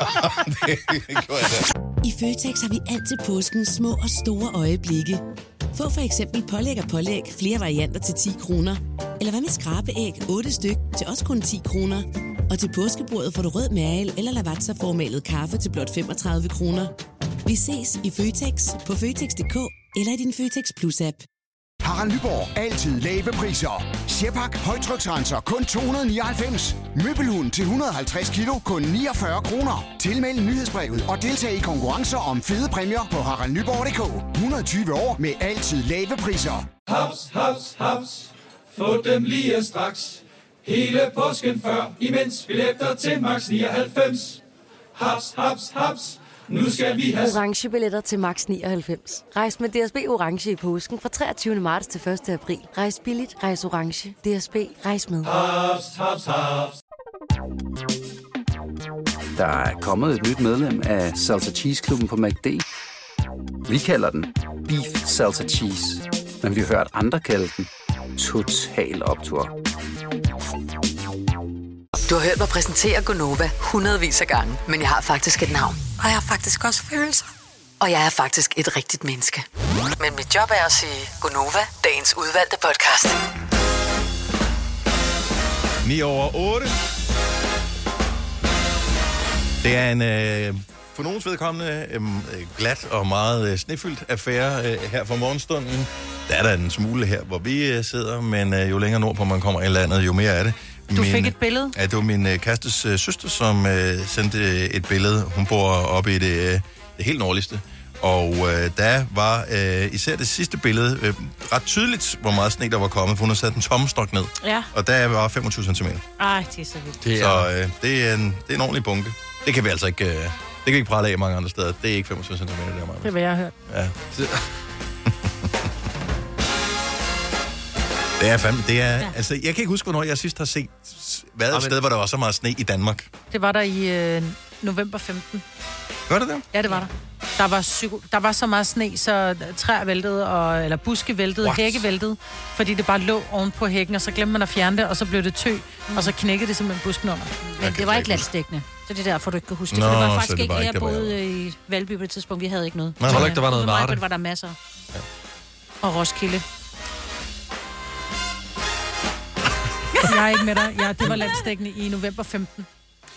Det gjorde jeg da. I Føtex har vi altid påsken små og store øjeblikke. Få for eksempel pålæg og pålæg flere varianter til ti kroner. Eller hvad med skrabeæg otte styk til også kun ti kroner. Og til påskebordet får du rød mal eller lavatserformalet kaffe til blot femogtredive kroner. Vi ses i Føtex på Føtex punktum d k eller i din Føtex Plus-app. Harald Nyborg. Altid lave priser. Sjehpak. Højtryksrenser. Kun to hundrede nioghalvfems. Møbelhund til et hundrede og halvtreds kilo. Kun niogfyrre kroner. Tilmeld nyhedsbrevet og deltag i konkurrencer om fede præmier på harald nyborg punktum d k. et hundrede og tyve år med altid lave priser. Haps, haps, haps. Få dem lige straks. Hele påsken før, imens billetter til max nioghalvfems. Haps, haps, haps. Nu skal vi have... Orange billetter til max nioghalvfems. Rejs med D S B Orange i påsken fra treogtyvende marts til første april. Rejs billigt, rejs orange. D S B, rejs med. Haps, haps, haps. Der er kommet et nyt medlem af Salsa Cheese Klubben på McD. Vi kalder den Beef Salsa Cheese, men vi har hørt andre kalde den Total Optur. Du har hørt mig præsentere Gonova hundredvis af gange, men jeg har faktisk et navn. Og jeg har faktisk også følelser. Og jeg er faktisk et rigtigt menneske. Men mit job er at sige Gonova, dagens udvalgte podcast. ni over otte. Det er en øh, for nogens vedkommende øh, glat og meget øh, snefyldt affære øh, her fra morgenstunden. Der er der en smule her, hvor vi øh, sidder, men øh, jo længere nordpå man kommer i landet, jo mere er det. Du min, fik et billede? Ja, det var min øh, kærestes øh, søster, som øh, sendte et billede. Hun bor oppe i det, øh, det helt nordligste. Og øh, der var øh, især det sidste billede øh, ret tydeligt, hvor meget sne der var kommet, for hun har sat en tommestok ned. Ja. Og der var femogtyve centimeter. Ej, det er så vildt. Det er... Så øh, det, er en, det er en ordentlig bunke. Det kan vi altså ikke, øh, det kan vi ikke prale af mange andre steder. Det er ikke femogtyve centimeter, der er meget. Det er, hvad jeg har hørt. Ja. Det er fandme, det er, ja. Altså, jeg kan ikke huske, hvornår jeg sidst har set, været et sted, hvor der var så meget sne i Danmark. Det var der i øh, november femten. Var det det? Ja, det var der. Der var, psyko- der var så meget sne, så træer væltede, og, eller buske væltede, What? hække væltede, fordi det bare lå oven på hækken, og så glemte man at fjerne det, og så blev det tø, mm. og så knækkede det simpelthen busken under. Men det var ikke landstækkende. Så det er derfor, du ikke kan huske det. Nå, for det var faktisk det ikke, jeg boede i Valby på det tidspunkt. Vi havde ikke noget. Jeg tror ikke, der var noget Varde. Var der masser. Ja. Og Roskilde. Jeg er ikke med dig. Ja, det var landstækkende i november femten.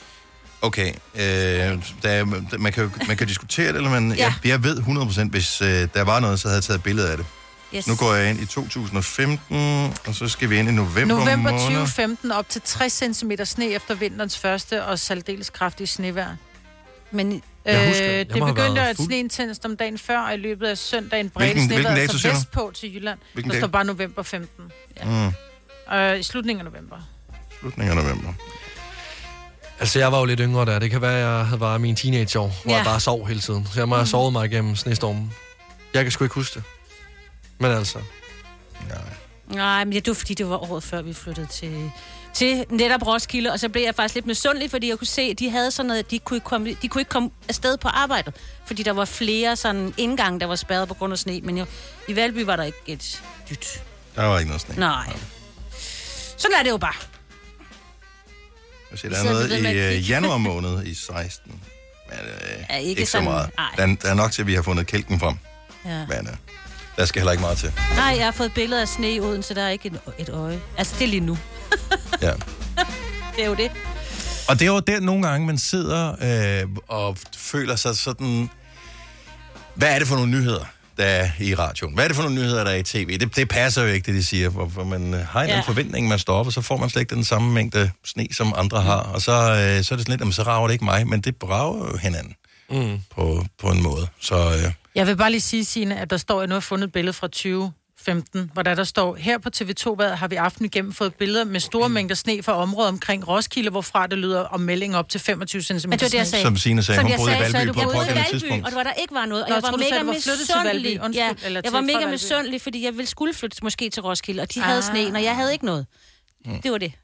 Okay, øh, der, man, kan, man kan diskutere det, eller man, ja. jeg, jeg ved hundrede procent, hvis øh, der var noget, så havde jeg taget billeder af det. Yes. Nu går jeg ind i to tusind og femten, og så skal vi ind i november November måned. tyve femten, op til tres centimeter sne efter vinterens første og særdeles kraftige snevejr. Men øh, husker, det begyndte at sne intenst om dagen før, og i løbet af søndagen bredte snevejret så vestpå til Jylland. Hvilken der dag? Står bare november femten. Ja. Mm. Øh, I slutningen af november. Slutningen af november. Altså, jeg var jo lidt yngre der. Det kan være, jeg havde været mine teenageår, hvor ja. jeg bare sov hele tiden. Så jeg må have sovet mig igennem snestormen. Jeg kan sgu ikke huske det. Men altså... Nej. Nej, men det var fordi, det var året før, vi flyttede til, til netop Roskilde. Og så blev jeg faktisk lidt misundelig, fordi jeg kunne se, at de havde sådan noget, de kunne, komme, de kunne ikke komme afsted på arbejdet. Fordi der var flere sådan indgange, der var spærret på grund af sne. Men jo, i Valby var der ikke et dyt. Der var ikke noget sne. Nej. Sådan er det jo bare. Jeg siger, der er noget i uh, januar måned i seksten. Men, uh, ja, ikke, ikke så meget. Der, der er nok til, at vi har fundet kælken frem. Ja. Men uh, der skal heller ikke meget til. Nej, jeg har fået billeder af sne i Odense, der er ikke et, et øje. Altså, det er lige nu. Ja. Det er jo det. Og det er jo der nogle gange, man sidder øh, og føler sig sådan... Hvad er det for nogle nyheder, der er i radioen? Hvad er det for nogle nyheder, der er i tv? Det, det passer jo ikke, det de siger. Hvor, hvor man har en ja. forventning, man står op, og så får man slet ikke den samme mængde sne, som andre har. Og så, øh, så er det sådan lidt, jamen, så rager det ikke mig, men det brager jo hinanden mm. på, på en måde. Så, øh. Jeg vil bare lige sige, Signe, at der står, jeg nu har fundet et billede fra tyve femten, hvor der, der står, her på T V to hvad, har vi aften igennem fået billeder med store mængder sne fra området omkring Roskilde, hvorfra det lyder om melding op til femogtyve centimeter sne. Det, som Signe sagde, hun boede i Valby på et pågældende tidspunkt. Og hvor der ikke var noget. Og Nå, jeg var mega misundelig. Ja, jeg var mega misundelig, fordi jeg ville skulle flytte måske til Roskilde, og de ah. havde sne, og jeg havde ikke noget. Mm. Det var det.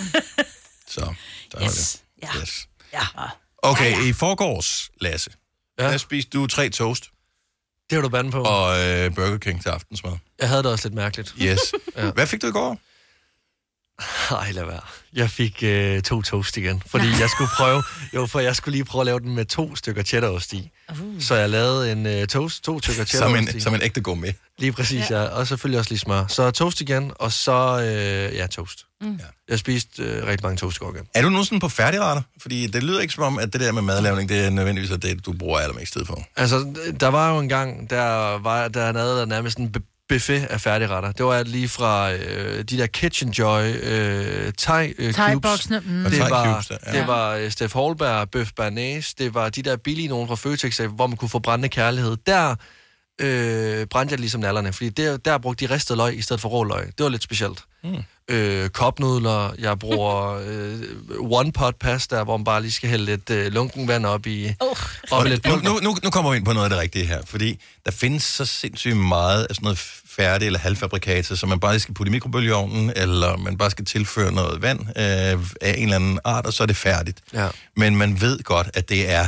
Så, der yes. var det. Ja. Yes. Ja. Okay, ja, ja. i forgårs, Lasse, ja. der spiste du tre toast. Det var du bande på. Og øh, Burger King til aftensmad. Jeg havde det også lidt mærkeligt. Yes. Ja. Hvad fik du i går? Ej, lad være. Jeg fik øh, to toast igen, fordi jeg skulle prøve, jo, for jeg skulle lige prøve at lave den med to stykker cheddarost i. Uh. Så jeg lavede en øh, toast, to stykker cheddarost som, som en ægte gourmet. Lige præcis, ja. ja. Og selvfølgelig også lige smør. Så toast igen, og så, øh, ja, toast. Mm. Ja. Jeg spiste øh, rigtig mange toast i går igen. Er du nogensinde på færdigretter? Fordi det lyder ikke som om, at det der med madlavning, det er nødvendigvis det, du bruger allermest tid på. Altså, der var jo en gang, der var der noget, der nærmest en buffet af færdigretter. Det var lige fra øh, de der Kitchen Joy øh, thai øh, cubes. Mm. Det var, ja. det var øh, Steff Holberg, bøf bearnaise. Det var de der billige nogen fra Føtex, hvor man kunne få brændende kærlighed. Der øh, brændte jeg ligesom nallerne, fordi der, der brugte de ristede løg i stedet for rå løg. Det var lidt specielt. Mm. Øh, kopnudler, jeg bruger øh, one pot pasta, hvor man bare lige skal hælde lidt øh, lunken vand op i. Oh. Og lidt nu, nu, nu, nu kommer vi ind på noget af det rigtige her, fordi der findes så sindssygt meget af sådan noget færdigt eller halvfabrikater, som man bare skal putte i mikrobølgeovnen, eller man bare skal tilføre noget vand øh, af en eller anden art, og så er det færdigt. Ja. Men man ved godt, at det er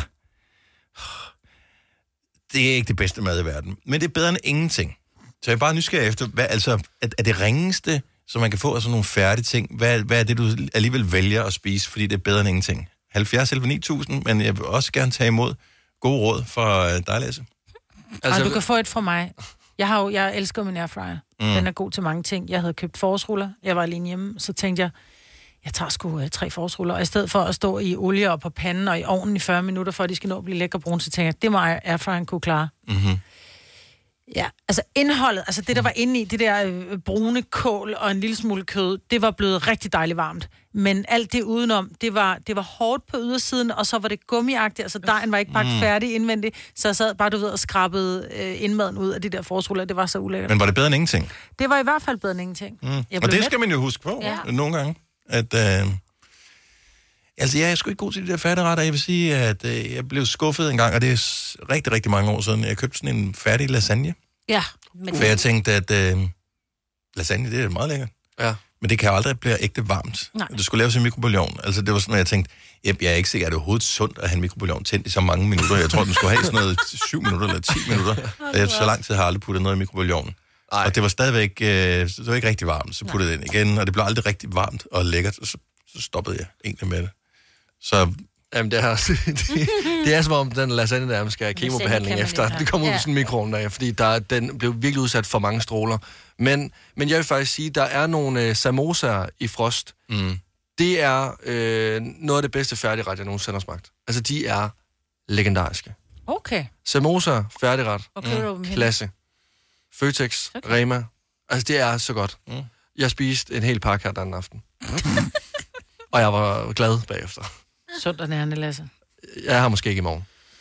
det er ikke det bedste mad i verden, men det er bedre end ingenting. Så jeg er bare nysgerrig efter, hvad, altså, er, er det ringeste, så man kan få sådan nogle færdige ting, hvad, hvad er det, du alligevel vælger at spise, fordi det er bedre end ingenting? halvfjerds eller ni tusind, men jeg vil også gerne tage imod gode råd fra dig, Lasse. Altså, og du kan få et fra mig. Jeg har jo, jeg elsker min airfryer. Mm. Den er god til mange ting. Jeg havde købt forårsruller. Jeg var alene hjemme, så tænkte jeg, jeg tager sgu uh, tre forårsruller. Og i stedet for at stå i olie og på panden og i ovnen i fyrre minutter, for at de skal nå at blive lækre brune, så tænkte jeg, det må airfryeren kunne klare. Mm-hmm. Ja, altså indholdet, altså det, der var inde i, det der øh, brune kål og en lille smule kød, det var blevet rigtig dejligt varmt. Men alt det udenom, det var, det var hårdt på ydersiden, og så var det gummiagtigt, altså dejen var ikke bagt mm. færdig indvendigt, så jeg sad bare, du ved, og skrabede øh, indmaden ud af de der forsruller, det var så ulækkert. Men var det bedre end ingenting? Det var i hvert fald bedre end ingenting. Mm. Og det skal man jo huske på, ja. nogle gange, at... Øh... Altså, jeg er sgu ikke god til de der færdigretter. Jeg vil sige, at øh, jeg blev skuffet en gang, og det er rigtig, rigtig mange år siden. Jeg købte sådan en færdig lasagne. Ja. Men... For jeg tænkte, at øh, lasagne, det er meget lækkert. Ja. Men det kan aldrig blive ægte varmt. Nej. Det skulle laves i mikrobølgeovn. Altså, det var sådan, at jeg tænkte, jeg er ikke sikker, at det er overhovedet sundt at have en mikrobølgeovn tændt i så mange minutter. Jeg tror, den skulle have sådan noget syv minutter eller ti minutter. Og jeg, så lang tid har jeg aldrig puttet noget i mikrobølgeovnen. Og det var stadigvæk, øh, det var ikke rigtig varmt. Så puttede jeg det ind igen, og det blev aldrig rigtig varmt og lækkert. Og så, så stoppede jeg egentlig med det. Så... Jamen, det er, det, det er som om, den lasagne der, man skal have kemobehandling efter. Det kommer ud af sådan en mikroovn der, fordi der, den blev virkelig udsat for mange stråler. Men, men jeg vil faktisk sige, der er nogle øh, samosaer i frost. Mm. Det er øh, noget af det bedste færdigret, jeg nogensinde har smagt. Altså, de er legendariske. Okay. Samosa, færdigret, mm. klasse. Føtex, okay. Rema. Altså, det er så godt. Mm. Jeg spiste en hel pakke her den aften. Og jeg var glad bagefter. Sundt og nærende, Lasse. Jeg har måske ikke i morgen.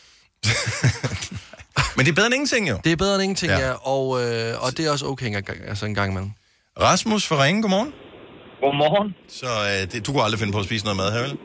Men det er bedre end ingenting, jo. Det er bedre end ingenting, ja. ja og, øh, og det er også okay en gang, altså en gang imellem. Rasmus fra Ringe, godmorgen. Godmorgen. Så øh, det, du kunne aldrig finde på at spise noget mad her, vel?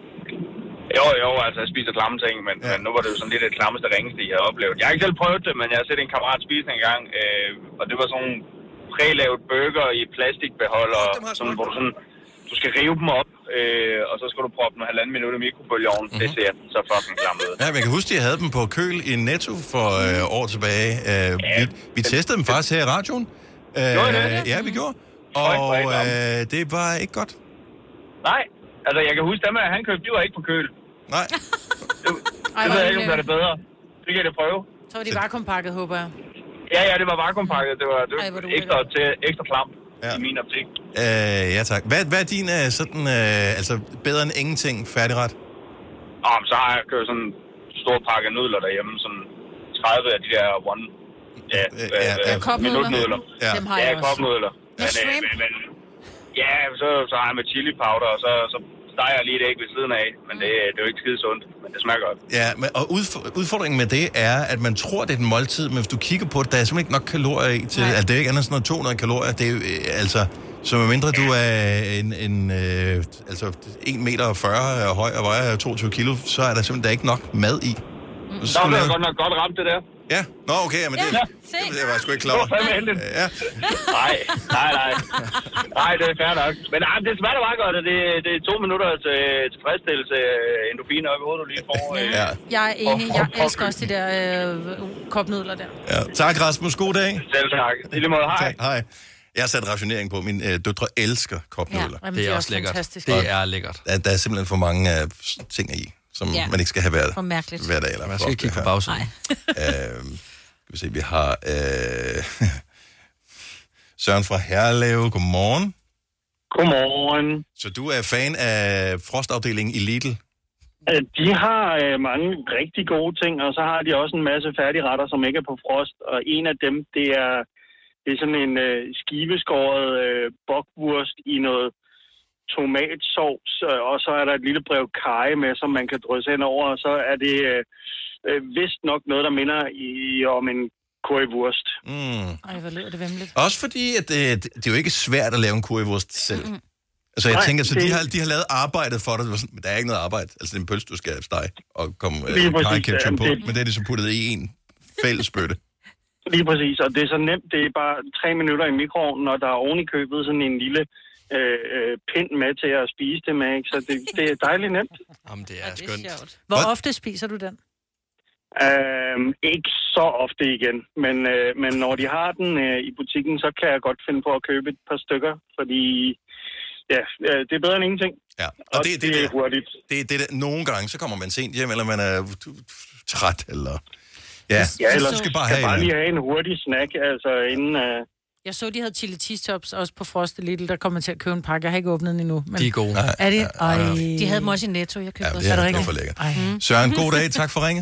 Jo, jo, altså jeg spiser klamme ting, men, ja. men nu var det jo sådan lidt det klammeste ringeste, jeg har oplevet. Jeg har ikke selv prøvet det, men jeg har set en kammerat spise en gang, øh, og det var sådan en prælavet burger i plastikbeholder, oh, sådan, hvor du sådan... Du skal rive dem op, øh, og så skal du proppe dem halvanden minut i mikrobølgeovnen. Mm-hmm. Det ser så fucking klamt ud. Ja, men jeg kan huske, at jeg havde dem på køl i Netto for øh, år tilbage. Øh, ja, vi, vi testede dem faktisk her i radioen. Øh, Gjorde det? Ja, vi gjorde. Og øh, det var ikke godt. Nej, altså jeg kan huske dem, at han købte, de var ikke på køl. Nej. Det, det ved jeg ikke, om det er det bedre. Det kan jeg prøve. Så var de vakuumpakket, håber jeg. Ja, ja, det var vakuumpakket. Det var, det var Ej, ekstra, til, ekstra klamt. Ja. I min optik. Øh, ja, tak. Hvad, hvad er din uh, sådan, uh, altså bedre end ingenting færdigret? Oh, så har jeg kørt sådan en stor pakke nudler derhjemme, sådan tredive af de der one, ja, ja, ja, minutnudler. Ja, dem har ja, jeg også. kopnudler. Men, men, men, ja, så, så har jeg med chili powder, og så, så steger jeg lige et æg ved siden af, men det, det er jo ikke skide sundt, men det smager godt. Ja, men, og udfordringen med det er, at man tror, det er et måltid, men hvis du kigger på det, der er simpelthen ikke nok kalorier i til, altså det er ikke andet sådan noget to hundrede kalorier, det er jo, øh, altså, så medmindre du er en, en øh, altså en meter og fyrre høj og vejer toogtyve kilo, så er der simpelthen der ikke nok mad i. Mm. Så er det godt nok godt ramt, det der. Ja, nå okay, men det, ja, det, det var jeg sgu ikke klar over. Det var fandme heldigt. Ja. Nej, nej, nej. Nej, det er fair nok. Men nej, det smager meget godt, og det, det er to minutter til tilfredsstillelse endorfiner op i hovedet, du lige får. Ja. Jeg er enig. Jeg elsker også de der øh, kopnudler der. Ja. Tak, Rasmus. God dag. Selv tak. I lige måde, hej. Tak, hej. Jeg har sat rationering på. Mine øh, døtre elsker kopnudler. Ja, det, det er også lækkert. Fantastisk. Det er lækkert. Der, der er simpelthen for mange øh, ting i, som ja. man ikke skal have hver, hver dag. Eller man skal ikke kigge på bagsiden. øh, skal vi se, vi har øh, Søren fra Herlev. Godmorgen. Godmorgen. Så du er fan af frostafdelingen i Lidl? De har øh, mange rigtig gode ting, og så har de også en masse færdigretter, som ikke er på frost. Og en af dem, det er, det er sådan en øh, skiveskåret øh, bokwurst i noget tomatsovs, og så er der et lille brev kage med, som man kan drysse hen over, og så er det øh, øh, vist nok noget, der minder i, om en currywurst. Mm. Ej, hvor lyder det vemmeligt. Også fordi, at det, det er jo ikke svært at lave en currywurst selv. Mm. Altså, jeg Nej, tænker, så det... de, har, de har lavet arbejdet for dig, men der er ikke noget arbejde. Altså, det er en pølse, du skal stege og komme øh, kajketchup på, det... men det er det så puttet i en fælles bøtte. Lige præcis, og det er så nemt. Det er bare tre minutter i mikroovnen, og der er oven i købet sådan en lille øh, pind med til at spise det med, ikke? Så det, det er dejligt nemt. Jamen, det er, ja, det er skønt. Sjovt. Hvor ofte spiser du den? Øhm, ikke så ofte igen, men, øh, men når de har den øh, i butikken, så kan jeg godt finde på at købe et par stykker, fordi ja, øh, det er bedre end ingenting. Ja, og, og det, det, det er det, hurtigt. Det er det, der, nogle gange, så kommer man sent hjem, eller man er træt, eller... Ja, ja eller så skal bare, have bare lige have en hurtig snack, altså inden... Øh... Jeg så, de havde chili cheese tops også på Frost Lidl, der kommer til at købe en pakke. Jeg har ikke åbnet den endnu. Men... De er gode. Er det? Ej. De havde dem også i Netto, jeg købte ja, også. Det er, er det rigtigt? For lækkert. Søren, god dag. Tak for ringet.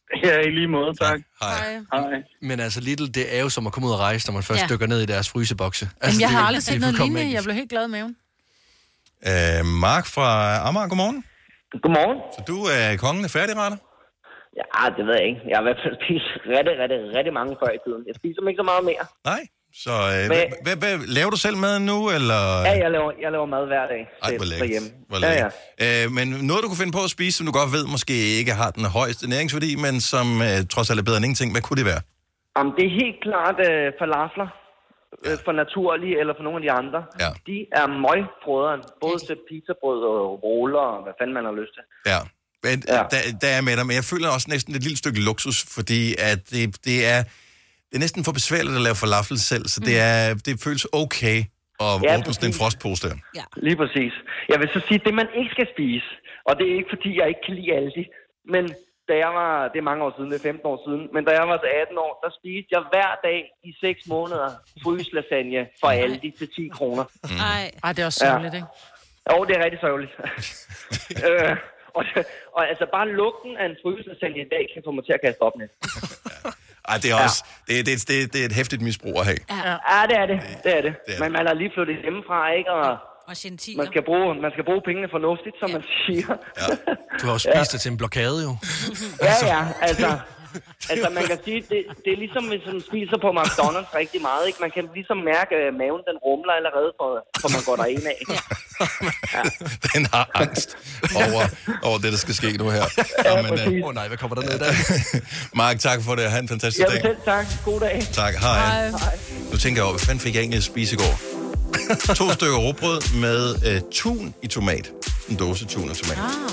Ja, i lige måde, tak. Hej. Hej. Men altså, Lidl, det er jo som at komme ud og rejse, når man først Ja. dykker ned i deres frysebokse. Altså, Jamen, jeg det, har aldrig det set er noget fuldkommen lignende. Jeg magisk. blev helt glad i maven. Øh, Mark fra Amager, godmorgen. Godmorgen. Så du er kongen af færdigretter? Ja, det ved jeg ikke. Jeg har i hvert fald spist rigtig, rigtig, rigtig mange før i tiden. Jeg spiser dem ikke så meget mere. Nej. Så øh, hvad, hvad, hvad, laver du selv mad nu, eller? Ja, jeg laver, jeg laver mad hver dag. Ej, hvor lækkert. Derhjemme. Hvor Ja, lækkert. Ja, øh, men noget, du kunne finde på at spise, som du godt ved, måske ikke har den højeste næringsværdi, men som øh, trods alt er bedre end ingenting. Hvad kunne det være? Jamen, det er helt klart øh, falafler. Øh, for naturlige eller for nogle af de andre. Ja. De er møgbrødren. Både til pizzabrød og roller og hvad fanden man har lyst til. Ja. Men ja. Der, der er med dig, men jeg føler også næsten et lille stykke luksus, fordi at det, det, er, det er næsten for besværligt at lave falafel selv, så det, er, det føles okay at Ja, åbne sådan en frostpose der. Ja. Lige præcis. Jeg vil så sige, det man ikke skal spise, og det er ikke fordi, jeg ikke kan lide Aldi, men da jeg var, det er mange år siden, det er femten år siden, men da jeg var atten år, der spiste jeg hver dag i seks måneder fryslasagne for Aldi til ti kroner. Mm. Ej. Ej, det er også sørgeligt, Ja. ikke? Jo, det er rigtig sørgeligt. øh, og, og altså bare lugten af en fryslasagne i dag kan få mig til at kaste op næsten. Ej, det er også, ja. det, det, det, det er et hæftigt misbrug at have. Ja, ja det er det. Det er det. det, er det. Men man er lige flyttet hjemmefra, ikke? Og man skal bruge, man skal bruge pengene fornuftigt, som ja. man siger. Ja. Du har jo spist ja. det til en blokade, jo. Ja, ja, altså... Altså, man kan sige, det, det er ligesom, hvis man spiser på McDonald's rigtig meget, ikke? Man kan ligesom mærke, at maven, den rumler allerede, for, for man går derind af. Ja. Den har angst over, over det, der skal ske nu her. Ja, Åh præcis. oh, nej, hvad kommer der ned der? Mark, tak for det. Ha' en fantastisk Ja, dag. selv tak. God dag. Tak, hej. Hej. Nu tænker jeg over, hvad fanden fik jeg egentlig at spise i går? To stykker rugbrød med uh, tun i tomat. En dåse tun og tomat. Ah.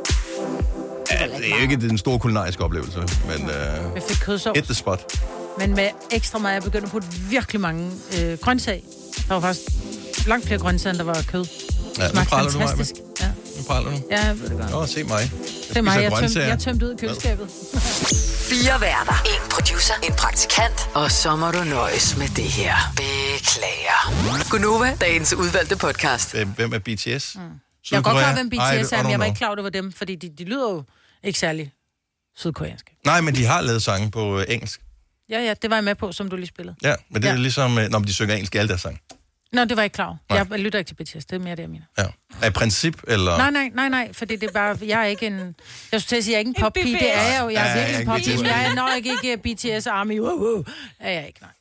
Ja, det er jo ikke den store kulinariske oplevelse, men uh, Jeg fik kødsovs. hit the spot. Men med ekstra meget, jeg begyndte at putte virkelig mange øh, grøntsager. Der var faktisk langt flere grøntsager, end der var kød. Ja, nu Smagte praler du mig med. fantastisk. Ja. Nu praler du. Ja, jeg ved det godt. Åh, se mig. Jeg Det er mig, spiser jeg tømte, grøntsager. jeg tømte ud i køleskabet. Fire værter. En producer. En praktikant. Og så må du nøjes med det her. Beklager. Gunova, dagens udvalgte podcast. Hvem, hvem er B T S? Mm. Jeg er godt klar, hvem B T S er, men jeg var ikke klar over, det var dem, fordi de, de lyder jo ikke særlig sydkoreanske. Nej, men de har lavet sange på øh, engelsk. Ja, ja, det var jeg med på, som du lige spillede. Ja, men det er Ja. ligesom, øh, når de synger engelsk i alle deres sange. Nå, det var jeg ikke klar over. Jeg, jeg lytter ikke til B T S, det er mere det, jeg mener. Ja. Er princip, eller? Nej, nej, nej, nej, fordi det er bare, jeg er ikke en, jeg skulle til at sige, jeg er ikke en poppige, det er jeg jo, jeg er Ja, virkelig en ja, poppige, B T S. men jeg er nok ikke, ikke B T S Army, wow, wow, er jeg ikke, nej.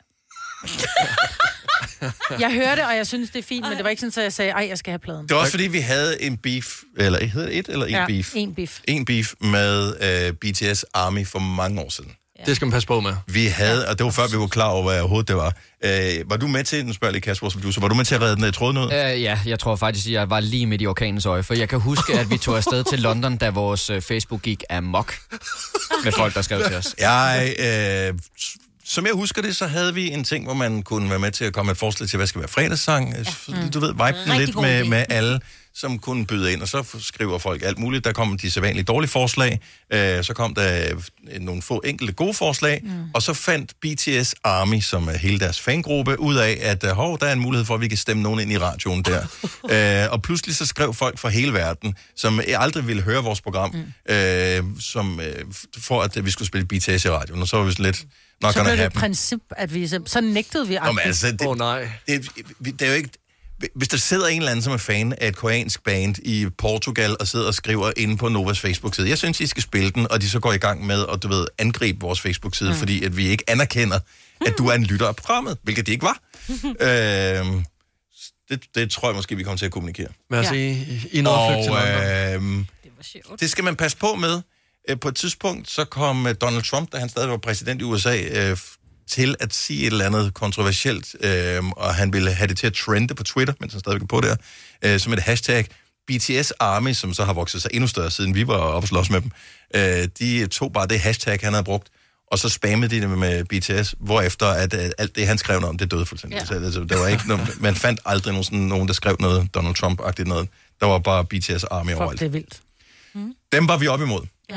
Jeg hørte det, og jeg synes, det er fint, men det var ikke sådan, at jeg sagde, ej, jeg skal have pladen. Det var også fordi, vi havde en beef, eller hedder det et eller en Ja, beef? en beef. En beef med øh, B T S Army for mange år siden. Ja. Det skal man passe på med. Vi havde, og det var før, vi var klar over, hvad overhovedet det var. Øh, var du med til, den spørger lige Kasper, vores producer, var du med til at redde den af tråden ud? Uh, ja, jeg tror faktisk, at jeg var lige midt i orkanens øje, for jeg kan huske, at vi tog afsted til London, da vores uh, Facebook gik amok med folk, der skrev til os. Jeg, øh, som jeg husker det, så havde vi en ting, hvor man kunne være med til at komme med et forslag til, hvad skal være fredagssang. Ja. Mm. Du ved, vibe den lidt med, med alle, som kunne byde ind, og så skriver folk alt muligt. Der kom de sædvanlige dårlige forslag, øh, så kom der øh, nogle få enkelte gode forslag, mm. og så fandt B T S Army, som er hele deres fangruppe, ud af, at øh, hov, der er en mulighed for, at vi kan stemme nogen ind i radioen der. øh, og pludselig så skrev folk fra hele verden, som aldrig ville høre vores program, mm. øh, som, øh, for at vi skulle spille B T S i radioen, og så var vi sådan lidt... Så blev det et princip, at vi... Så nægtede vi aldrig. Altså, det, oh, nej. Det, det, det er jo ikke... Hvis der sidder en eller anden, som er fan af et koreansk band i Portugal, og sidder og skriver inde på Novas Facebook-side, jeg synes, I skal spille den, og de så går i gang med at, du ved, angribe vores Facebook-side, mm. fordi at vi ikke anerkender, at du er en lytter af programmet, hvilket det ikke var. øhm, det, det tror jeg måske, vi kommer til at kommunikere. Lad os ja. sige, I noget flygt til London. Øhm, det, det skal man passe på med. På et tidspunkt, så kom Donald Trump, da han stadig var præsident i U S A, øh, til at sige et eller andet kontroversielt, øh, og han ville have det til at trende på Twitter, mens han stadig var på der, øh, som et hashtag B T S Army, som så har vokset sig endnu større, siden vi var oppe og slås med dem. Øh, de tog bare det hashtag, han havde brugt, og så spammede de det med B T S, hvorefter at, at alt det, han skrev om, det døde fuldstændig. Ja. Så, altså, der var ikke noget, man fandt aldrig nogen, sådan, nogen, der skrev noget Donald Trump-agtigt noget. Der var bare B T S Army overalt. Fuck, det er vildt. Mm. Dem var vi op imod. Ja.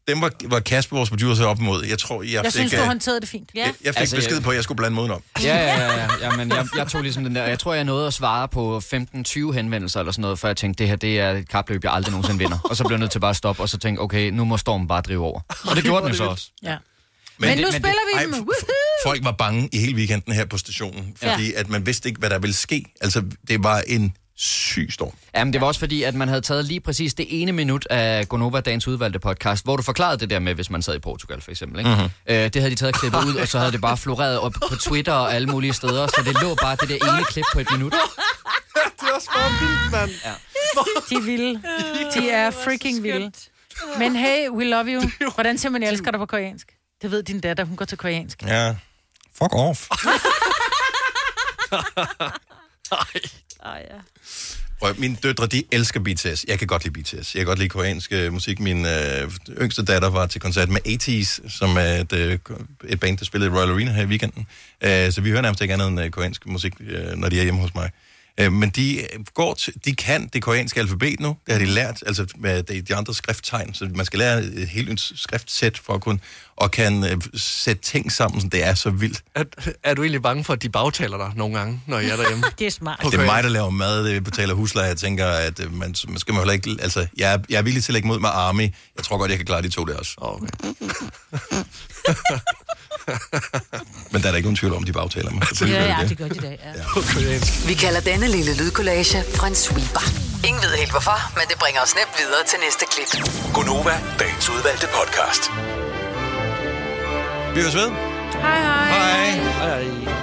dem var, var Kasper, vores producer, op imod. Jeg tror, jeg, jeg fik... synes, du håndterede det fint. Ja. Jeg, jeg fik altså, besked på, at jeg skulle blande moden om. Ja, ja, ja. ja. ja men jeg, jeg tog ligesom den der... Jeg tror, jeg nåede at svare på femten tyve henvendelser eller sådan noget, før jeg tænkte, det her det er et kapløb, jeg aldrig nogensinde vinder. Og så blev jeg nødt til bare at stoppe, og så tænkte okay, nu må stormen bare drive over. Og det gjorde den så også. Ja. Men, men det, nu men spiller det, vi dem. Ej, folk var bange i hele weekenden her på stationen, fordi ja. at man vidste ikke, hvad der ville ske. Altså, det var en syg storm. Jamen, det var også fordi, at man havde taget lige præcis det ene minut af Gonova, dagens udvalgte podcast, hvor du forklarede det der med, hvis man sad i Portugal, for eksempel. Ikke? Mm-hmm. Øh, det havde de taget klippet ud, og så havde det bare floreret op på Twitter og alle mulige steder, så det lå bare det der ene klip på et minut. Det er også bare vildt, mand. Ja. De er vilde. De er freaking vilde. Men hey, we love you. Hvordan siger man, jeg elsker dig på koreansk? Det ved din datter, hun går til koreansk. Ja. Fuck off. Ej, ja. Og mine døtre, de elsker B T S. Jeg kan godt lide B T S. Jeg kan godt lide koreansk øh, musik. Min øh, yngste datter var til koncert med eighties, som er et, øh, et band, der spillede i Royal Arena her i weekenden. Øh, så vi hører nærmest ikke andet end øh, koreansk musik, øh, når de er hjemme hos mig. Øh, men de går til, de kan det koreanske alfabet nu. Det har de lært, altså med de, de andre skrifttegn. Så man skal lære et helt nyt skriftsæt for at kunne, og kan øh, sætte ting sammen, så det er så vildt. Er, er du egentlig bange for, at de bagtaler dig nogle gange, når jeg er derhjemme? Det er smart. Okay. Det er mig, der laver mad, det betaler husleje. Jeg tænker, at øh, man, man skal man heller ikke... Altså, jeg er, jeg er villig til at lægge mod med Army. Jeg tror godt, jeg kan klare de to der også. Okay. Men der er der ikke nogen tvivl om, de bagtaler mig. Ja, ja, det gør de da, ja. Ja. Vi kalder denne lille lydkollage en sweeper. Ingen ved helt hvorfor, men det bringer os nemt videre til næste klip. Gonova, dagens udvalgte podcast. Vi høres ved. Hej, hej. Hej. Hej.